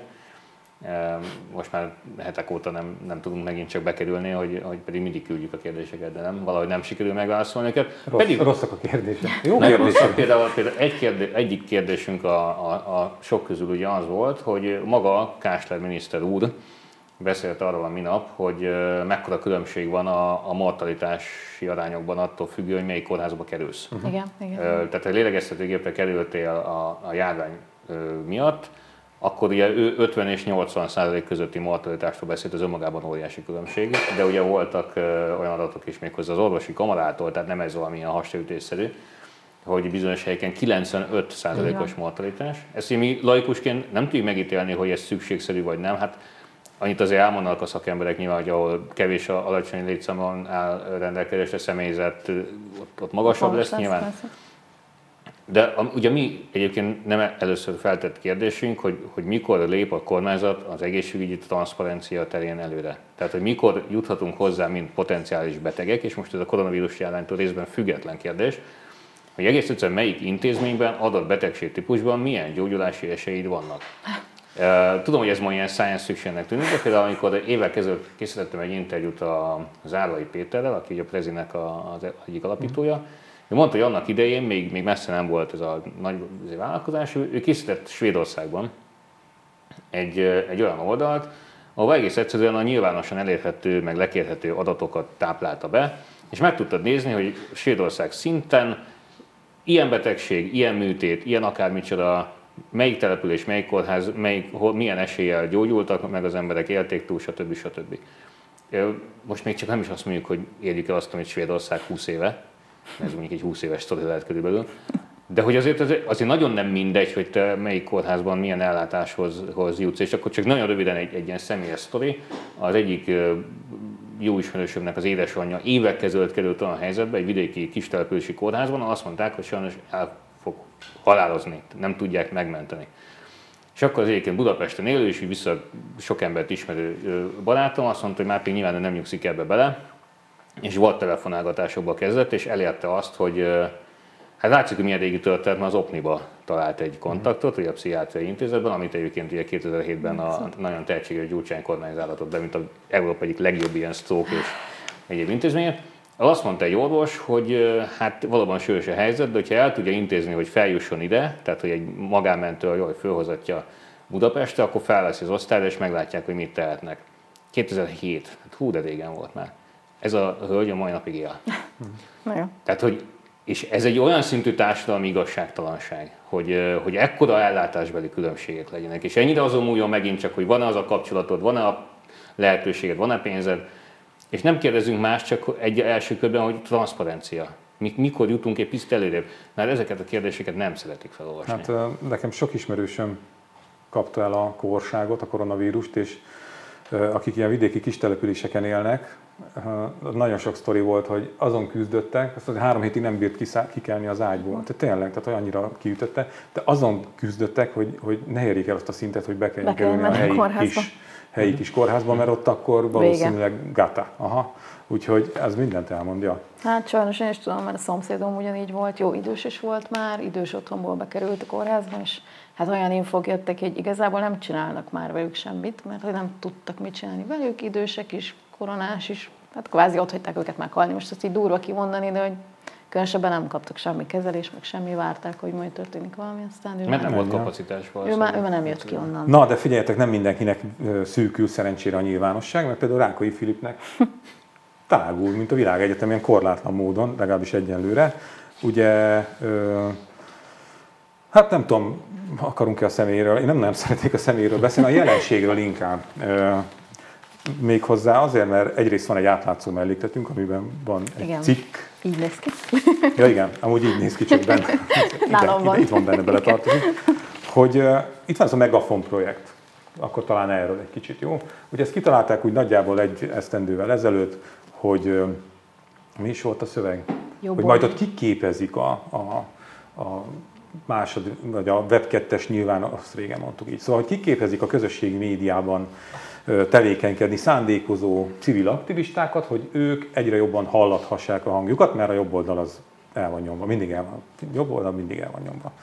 Most már hetek óta nem tudunk megint csak bekerülni, hogy pedig mindig küldjük a kérdéseket, de nem, valahogy nem sikerül megválaszolni őket. Rosszak a kérdések. Jó kérdések. Például egyik kérdésünk a sok közül ugye az volt, hogy maga Kásler miniszter úr beszélt arról a minap, hogy mekkora különbség van a mortalitási arányokban attól függő, hogy melyik kórházba kerülsz. Igen. Tehát, ha lélegeztetőgépre kerültél a járvány miatt, akkor ugye ő 50 és 80% közötti mortalitásról beszélt, az önmagában óriási különbség, de ugye voltak olyan adatok is méghozzá az orvosi kamarától, tehát nem ez valamilyen hasraütésszerű, hogy bizonyos helyeken 95%-os mortalitás. Ezt mi laikusként nem tudjuk megítélni, hogy ez szükségszerű vagy nem. Hát annyit azért elmondanak a szakemberek nyilván, hogy ahol kevés alacsony létszámon áll rendelkezésre személyzet, ott magasabb lesz nyilván. Persze. De ugye mi egyébként nem először feltett kérdésünk, hogy mikor lép a kormányzat az egészségügyi transzparencia terén előre. Tehát, hogy mikor juthatunk hozzá, mint potenciális betegek, és most ez a koronavírus járványtól részben független kérdés, hogy egész egyszerűen melyik intézményben, adott betegségtípusban milyen gyógyulási esélyid vannak. Tudom, hogy ez ma ilyen science fictionnek tűnik, de például amikor évvel kezdett készítettem egy interjút a Zárvai Péterrel, aki a Prezinek az egyik alapítója. Ő mondta, hogy annak idején még messze nem volt ez a nagy vállalkozás, ő készített Svédországban egy olyan oldalt, ahol egész egyszerűen a nyilvánosan elérhető, meg lekérhető adatokat táplálta be, és meg tudtad nézni, hogy Svédország szinten ilyen betegség, ilyen műtét, ilyen akármicsoda, melyik település, melyik kórház, milyen eséllyel gyógyultak, meg az emberek élték túl, stb. Most még csak nem is azt mondjuk, hogy érjük el azt, amit Svédország 20 éve, ez mondjuk egy 20 éves sztori lehet körülbelül, de hogy azért nagyon nem mindegy, hogy te melyik kórházban milyen ellátáshoz jutsz, és akkor csak nagyon röviden egy ilyen személyes sztori. Az egyik jó ismerősömnek az édesanyja évekkel ezelőtt került olyan helyzetbe, egy vidéki kistelepülési kórházban, azt mondták, hogy sajnos el fog halálozni, nem tudják megmenteni. És akkor az egyébként Budapesten élő, és vissza sok embert ismerő barátom azt mondta, hogy már pedig nyilván nem nyugszik ebbe bele, és volt telefonálgatásokba kezdett, és elérte azt, hogy hát látszik, hogy milyen régi történet, mert az Opniba talált egy kontaktot, ugye a pszichiátriai intézetben, amit egyébként ugye 2007-ben a nagyon tehetséges Gyurcsány kormányzat be, mint az Európa egyik legjobb ilyen stroke és egyéb intézménye. Azt mondta egy orvos, hogy hát valóban súlyos a helyzet, de hogyha el tudja intézni, hogy feljusson ide, tehát hogy egy magánmentő jól fölhozatja Budapestre, akkor felveszi az osztályra, és meglátják, hogy mit tehetnek. 2007, hát hú, de régen volt már. Ez a hölgy a mai napig él. Tehát, hogy, és ez egy olyan szintű társadalmi igazságtalanság, hogy ekkora ellátásbeli különbségek legyenek. És ennyire azon múljon megint csak, hogy van-e az a kapcsolatod, van-e a lehetőséged, van-e pénzed, és nem kérdezünk más, csak egy első körben, hogy transzparencia. Mikor jutunk egy picit előrébb? Mert ezeket a kérdéseket nem szeretik felolvasni. Hát nekem sok ismerősöm kapta el a kórságot, a koronavírust, és akik ilyen vidéki kis településeken élnek, nagyon sok sztori volt, hogy azon küzdöttek, azt 3 hétig nem bírt kikelni az ágyból. Tehát tényleg, tehát annyira kiütötte, de azon küzdöttek, hogy ne érjék el azt a szintet, hogy be kelljen kerülni a helyi kis kórházba, mert ott akkor valószínűleg gata. Aha. Úgyhogy ez mindent elmondja. Hát sajnos én is tudom, mert a szomszédom ugyanígy volt, jó idős is volt már, idős otthonból bekerült a kórházba, és hát olyan infók jöttek, hogy igazából nem csinálnak már velük semmit, mert hogy nem tudtak mit csinálni velük, idősek is, koronás is, hát kvázi ott hagyták őket már halni, most ezt így durva kimondani, de hogy különösebben nem kaptak semmi kezelést, meg semmi, várták, hogy majd történik valami, aztán ő mert nem volt kapacitás. Ő már nem jött ki onnan. Na, de figyeljetek, nem mindenkinek szűkül szerencsére a nyilvánosság, mert például Rákai Filipnek tágul, mint a világegyetem, ilyen korlátlan módon, legalábbis egyenlőre. Ugye, hát nem tudom, akarunk-e a személyről, én nem szeretnék a személyről beszélni, a jelenségről inkább. Méghozzá azért, mert egyrészt van egy átlátszó mellékletünk, amiben van egy igen. cikk. Így néz ki. Ja igen, amúgy így néz ki, csak benne. Nálam van. Itt van benne beletartozik. Hogy itt van ez a Megafon projekt. Akkor talán erről egy kicsit, jó? Ugye ezt kitalálták úgy nagyjából egy esztendővel ezelőtt, hogy mi is volt a szöveg? Hogy majd ott kiképezik a második, vagy a Web2-es nyilván, azt régen mondtuk így. Szóval, hogy kiképezik a közösségi médiában tevékenykedni szándékozó civil aktivistákat, hogy ők egyre jobban hallathassák a hangjukat, mert a jobb oldal az el van nyomva, mindig el van, jobb oldal mindig el van nyomva.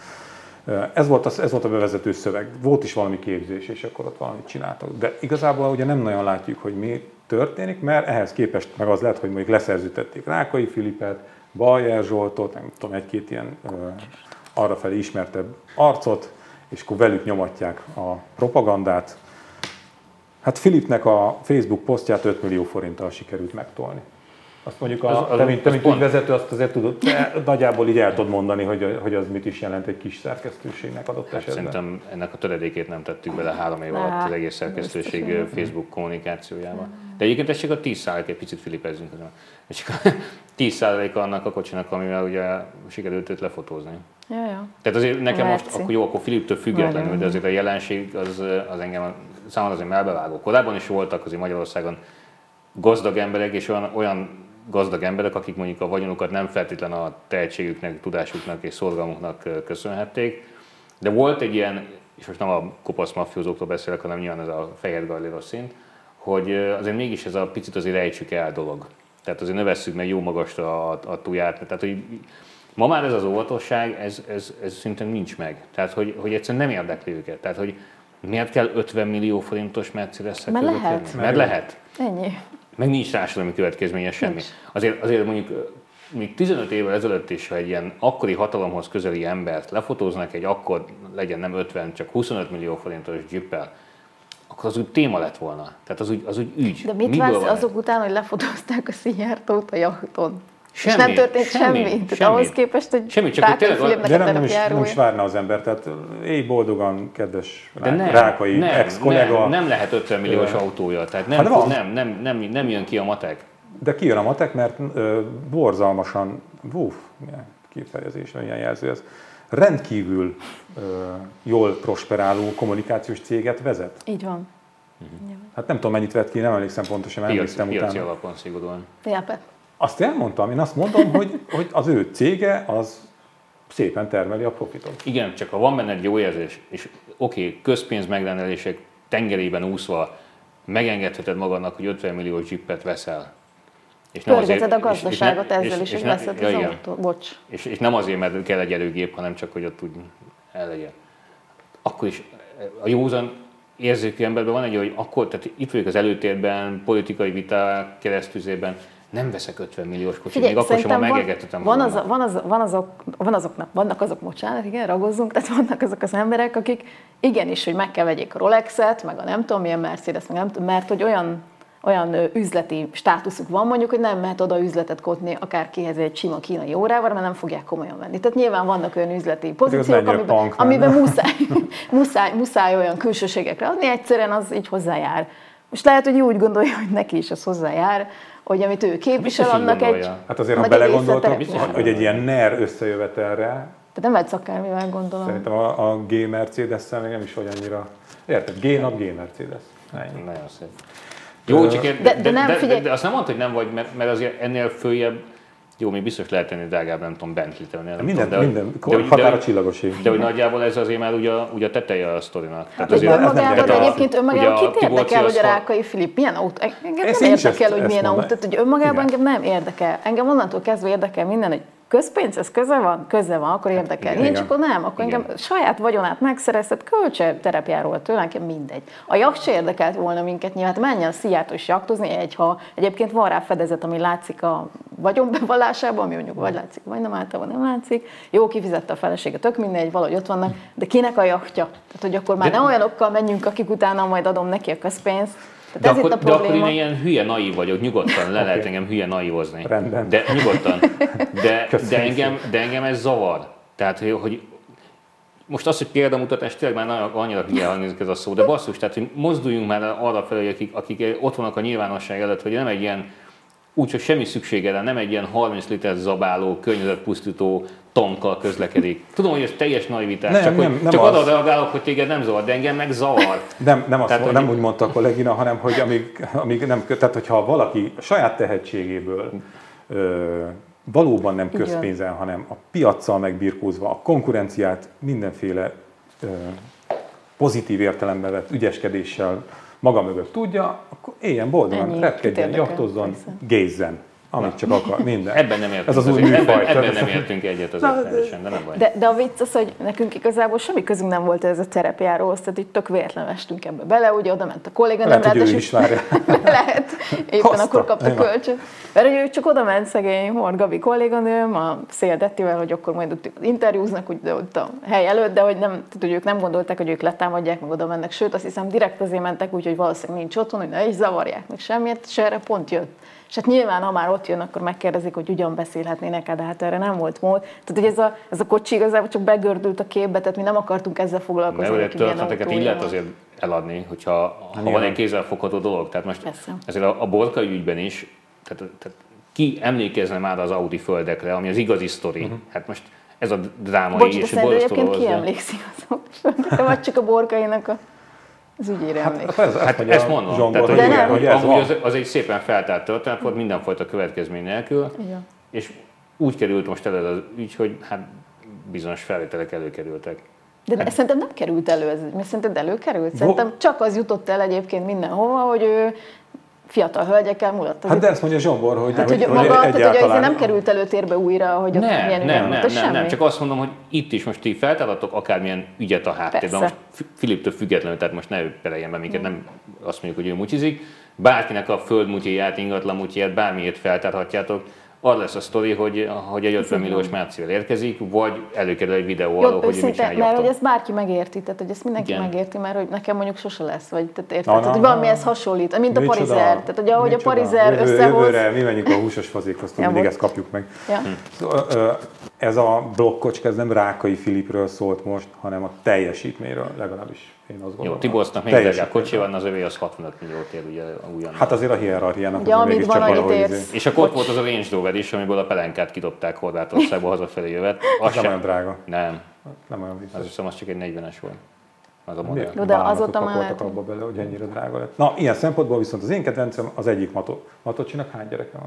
Ez volt a bevezető szöveg. Volt is valami képzés, és akkor ott valamit csináltak. De igazából ugye nem nagyon látjuk, hogy mi történik, mert ehhez képest meg az lehet, hogy mondjuk leszerződtették Rákai Filipet, Bajer Zsoltot, nem tudom, egy-két ilyen arrafelé ismertebb arcot, és akkor velük nyomatják a propagandát. Hát Filipnek a Facebook posztját 5 millió forinttal sikerült megtolni. Azt mondjuk, te mint ügyvezető, azt azért tudod, nagyjából így el tudod mondani, hogy az mit is jelent egy kis szerkesztőségnek adott esetben. Szerintem ennek a töredékét nem tettük bele 3 év alatt az egész szerkesztőség Facebook kommunikációjába. De egyébként ez csak a 10%, egy picit filipezzünk. És csak a 10% annak a kocsinak, amivel ugye sikerült őt lefotózni. Ja. Tehát azért nekem most, akkor jó, akkor Filiptől függetlenül, de azért a jelenség az engem számomra azért melbevágó. Korábban is voltak azért Magyarországon gazdag emberek, és olyan gazdag emberek, akik mondjuk a vagyonukat nem feltétlen a tehetségüknek, tudásuknak és szorgalmuknak köszönhették. De volt egy ilyen, és most nem a kopasz mafiózóktól beszélek, hanem nyilván ez a fehér galléros szint, hogy azért mégis ez a picit azért rejtsük el dolog. Tehát azért növesszük meg jó magasra a tuját. Tehát, hogy ma már ez az óvatosság, ez szinte nincs meg. Tehát, hogy egyszerűen nem érdekli őket. Tehát, hogy miért kell 50 millió forintos Mercedes-szel közlekedni? Mert lehet. Ennyi. Meg nincs társadalmi következménye semmi. Azért mondjuk még 15 évvel ezelőtt is, ha egy ilyen akkori hatalomhoz közeli embert lefotóznak egy akkor legyen nem 50, csak 25 millió forintos Jeeppel, akkor az úgy téma lett volna. Tehát az úgy ügy. De mit vársz azok után, hogy lefotózták a Szijjártót a jachton? És nem történt semmi. Tehát ahhoz képest, hogy semmi, csak nem is várna az ember. Tehát éj boldogan, kedves Rákai ex-kollega. Nem lehet 50 milliós autója, tehát nem jön ki a matek. De kijön a matek, mert borzalmasan, milyen kifejezés, milyen jelző ez, rendkívül jól prosperáló kommunikációs céget vezet. Így van. Hát nem tudom, mennyit vett ki, nem emlékszem pontosan, mert emlékszem utána. Piaci alapon szigorúan. Azt elmondtam, én azt mondom, hogy az ő cége az szépen termeli a profitot. Igen, csak ha van benne egy jó érzés, és közpénz megrendelések tengerében úszva megengedheted magadnak, hogy 50 milliós Jeepet veszel. Pörgeted a gazdaságot ezzel is, hogy veszed az autót. Bocs. És nem azért, mert kell egy erőgép, hanem csak, hogy ott úgy el legyen. Akkor is a józan érzékű emberben van egy, hogy akkor, tehát itt vagyok az előtérben, politikai viták keresztüzében, nem veszek 50 milliós kocsit, Figyelj, még akkor sem, ha szerintem megegettetem volna. vannak azok, bocsánat, igen, ragozzunk, tehát vannak azok az emberek, akik igenis, hogy meg kell vegyék a Rolexet, meg a nem tudom milyen Mercedes, meg nem tudom, mert hogy olyan üzleti státuszuk van mondjuk, hogy nem mehet oda üzletet kötni akárkihez egy sima kínai órával, mert nem fogják komolyan venni. Tehát nyilván vannak olyan üzleti pozíciók, amiben muszáj olyan külsőségekre adni, egyszerűen az így hozzájár. Most lehet, hogy úgy gondolja, hogy neki is az hozzájár, hogy amit ő képvisel, annak egy... Hát azért, ha belegondoltam, hogy egy ilyen NER összejövetelre... Tehát nem lehet akármivel, gondolom. Szerintem a G Mercedes-szel még nem is vagy annyira... Érted? G-nap, G Mercedes. Nagyon szép. Jó, csak de azt nem mondta, hogy nem vagy, mert azért ennél följebb, jó, még biztos lehet tenni drágább, nem tudom, Bentley-t, minden határa csillagosig. De hogy nagyjából ez azért már ugye a teteje a sztorinak. Hát egyébként önmagában kit érdekel, hogy a Rákai Filip milyen autó? Engem nem érdekel, hogy milyen autó. Tehát, hogy önmagában engem nem érdekel. Engem onnantól kezdve érdekel minden, hogy közpénzhez köze van, akkor érdekel. Nincs, akkor nem. Akkor engem saját vagyonát megszereztet, költse terepjáról tőle, nekem mindegy. A jacht se érdekelt volna minket nyilván, hát menjen Szijjártól is jachtozni, ha egyébként van rá fedezet, ami látszik a vagyonbevallásában, ami mondjuk vagy látszik, vagy nem, általában nem látszik. Jó, kifizette a felesége, tök mindegy, valahogy ott vannak, de kinek a jachtja? Tehát, hogy akkor már ne olyanokkal menjünk, akik utána majd adom neki a közpénzt. De akkor én ilyen hülye naív vagyok, nyugodtan le lehet engem hülye naívozni. Rendben. De nyugodtan. De engem ez zavar. Tehát, hogy most az, hogy példamutatás, tényleg már annyira hülye hangzik ez a szó, de basszus, tehát hogy mozduljunk már arra felé, akik ott vannak a nyilvánosság előtt, hogy nem egy ilyen, úgyhogy semmi szüksége rá, nem egy ilyen 30 liter zabáló, környezetpusztító tankkal közlekedik. Tudom, hogy ez teljes naivitás, csak arra reagálok, hogy téged nem zavar, de engem meg zavar. Nem úgy mondta a kollégina, hanem hogy amíg nem, tehát hogyha valaki a saját tehetségéből valóban nem közpénzen, hanem a piaccal megbirkózva, a konkurenciát mindenféle pozitív értelemben vett ügyeskedéssel maga mögött tudja, akkor éljen boldogan, repkedjen, jachtozzon, gézzen. Amit csak akar, minden. Ebben nem értünk, ez az új műfaj. Ebben nem értünk egyet azért teljesen, de nem baj. De a vicc az, hogy nekünk igazából semmi közünk nem volt ez a terepjáróhoz, tehát itt tök véletlenül estünk ebbe bele, ugye oda ment a kolléganőm. Lehet, hogy ő is várja. Lehet, éppen akkor kapta kölcsön. Mert ő csak oda ment szegény Hord Gabi kolléganőm, a Szél Dettivel, hogy akkor majd ott interjúznak úgy, ott a hely előtt, de hogy, nem, tehát, hogy ők nem gondolták, hogy ők letámadják, meg oda mennek. Sőt, azt hiszem direkt azért mentek, úgyhogy valószínűleg nincs otthon, hogy ne is zavarják, meg semmiért, és erre pont jött. És hát nyilván, ha már ott jön, akkor megkérdezik, hogy ugyan beszélhetnének, de hát erre nem volt mód. Tehát, hogy ez a kocsi igazából csak begördült a képbe, tehát mi nem akartunk ezzel foglalkozni. Mert történeteket így lehet azért eladni, ha van egy kézzelfogható dolog. Tehát most ezért a Borkai ügyben is, tehát ki emlékezne már az Audi földekre, ami az igazi sztori. Hát most ez a drámai és borzasztó. Egyébként ki emlékszik az földekre, vagy csak a Borkainak az ügyére emlékszik. Hát ezt mondom. Tehát, az egy szépen feltárt történet volt, mindenfajta következmény nélkül, és úgy került most elő az ügy, hogy hát bizonyos felvételek előkerültek. De szerintem nem került elő, szerinted előkerült? Szerintem csak az jutott el egyébként mindenhova, hogy ő fiatal hölgyekkel mulatt. Hát de ezt mondja Zsombor, hogy egyáltalán nem került előtérbe újra, hogy ott milyen ügyet. Nem, csak azt mondom, hogy itt is most ti feltállatok akármilyen ügyet a háttérben. Most Filiptől függetlenül, tehát most ne pereljen be minket, nem azt mondjuk, hogy ő mutyizik. Bárkinek a földmutyiját, ingatlanmutyiját, bármiért feltárhatjátok. Az lesz a sztori, hogy egy 50 milliós Mercivel érkezik, vagy előkerül egy videó arról, hogy mit csinálja. Mert hogy ezt bárki megérti, tehát hogy ezt mindenki megérti, mert hogy nekem mondjuk sose lesz, vagy tehát érted, hogy valamihez hasonlít, mint a parizer. Tehát ugye ahogy a parizer összehoz. Jövőre mi menjünk a húsos fazékhoz, mindig ezt kapjuk meg. Ez a blokkocska, ez nem Rákai Filipről szólt most, hanem a teljesítményről, legalábbis én azt gondolom. Jó, Tiborcnak még drágább kocsi van, az övé az 65 milliót ér ugye újonnan. Hát azért a hierarchiának ugye, amit van, annyit érsz. És akkor ott volt az a Range Rover is, amiből a pelenkát kidobták Horvátországba, hazafelé jövet. Az nem olyan drága. Nem. Nem olyan biztos. Az hiszem, az csak egy 40-es volt. Az a modell. De azóta már voltak abba bele, hogy ennyire drága lett. Na, ilyen szempontból viszont az én kedvencem az egyik Matocsinak hány gyereke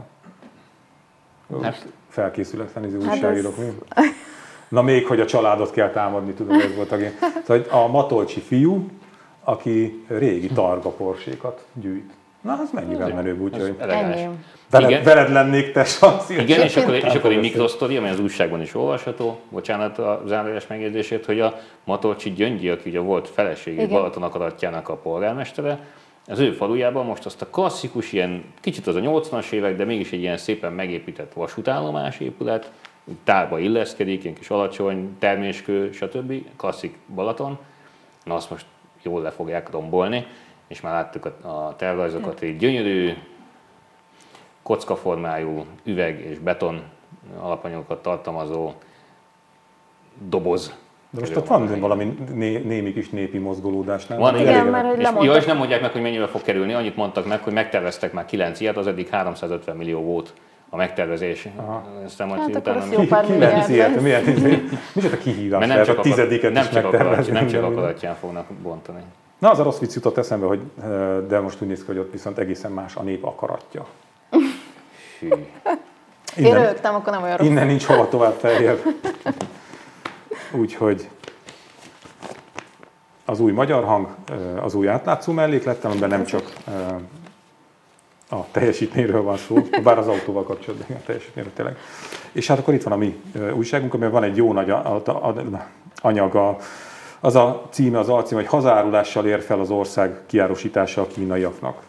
van? Hát, felkészületlen újságírók, mi? Na még, hogy a családot kell támadni, tudom, ez volt a gén. Szóval a matolcsi fiú, aki régi targa Porsche-kat gyűjt. Na, az mennyivel menőbb, úgyhogy veled lennék te sansziós. Igen, és akkor egy mikrosztori, ami az újságban is olvasható, bocsánat a zárójeles megjegyzését, hogy a Matolcsi Gyöngyi, aki ugye volt feleségé Balaton akaratjának a polgármestere, az ő falujában most azt a klasszikus, ilyen kicsit az a 80-as évek, de mégis egy ilyen szépen megépített vasútállomás épület, tárba illeszkedik, ilyen kis alacsony, terméskő, stb. Klasszik Balaton. Na azt most jól le fogják rombolni, és már láttuk a tervrajzokat, egy gyönyörű, kockaformájú üveg és beton alapanyagokat tartalmazó doboz. De most ott van valami némi kis népi mozgolódás, nem? Van, igen, mert és nem mondják meg, hogy mennyivel fog kerülni, annyit mondtak meg, hogy megterveztek már 9 ilyet, az eddig 350 millió volt a megtervezés. Hát akkor az jó pár 9 ilyet, micsoda kihívás, mert a tizediket nem is csak megtervezni. nem csak akaratján fognak bontani. Na, az a rossz vicc jutott eszembe, hogy, de most úgy néz ki, hogy ott viszont egészen más a nép akaratja. Hű. Én rögtem, akkor nem olyan rossz. Innen nincs hova tovább feljebb. Úgyhogy az új magyar hang, az új átlátszó melléklettel, amiben nem csak a teljesítményről van szó, bár az autóval kapcsolatban a teljesítményről tényleg. És hát akkor itt van a mi újságunk, amiben van egy jó nagy anyag, az a címe, az alcím, hogy hazárulással ér fel az ország kiárusítása a kínaiaknak.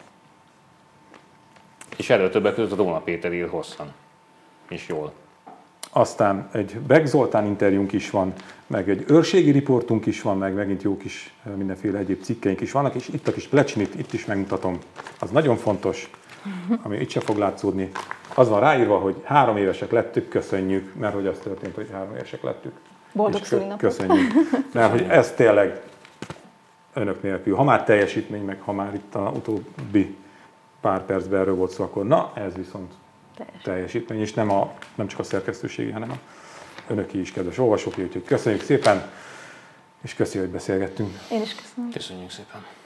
És erről többek között a Róna Péter ír hosszan, és jól. Aztán egy Beck Zoltán interjúnk is van, meg egy őrségi riportunk is van, meg megint jó kis mindenféle egyéb cikkeink is vannak, és itt a kis plecsnit, itt is megmutatom, az nagyon fontos, ami itt se fog látszódni. Az van ráírva, hogy 3 évesek lettük, köszönjük, mert hogy az történt, hogy 3 évesek lettük. Boldog szülinapot. Köszönjük, mert hogy ez tényleg önök nélkül, ha már teljesítmény, meg ha már itt a utóbbi pár percben erről volt szó, akkor na, ez viszont teljesítmény, és nem csak a szerkesztőségi, hanem a önöki is, kedves olvasók, úgyhogy köszönjük szépen, és köszönjük, hogy beszélgettünk. Én is köszönöm. Köszönjük szépen.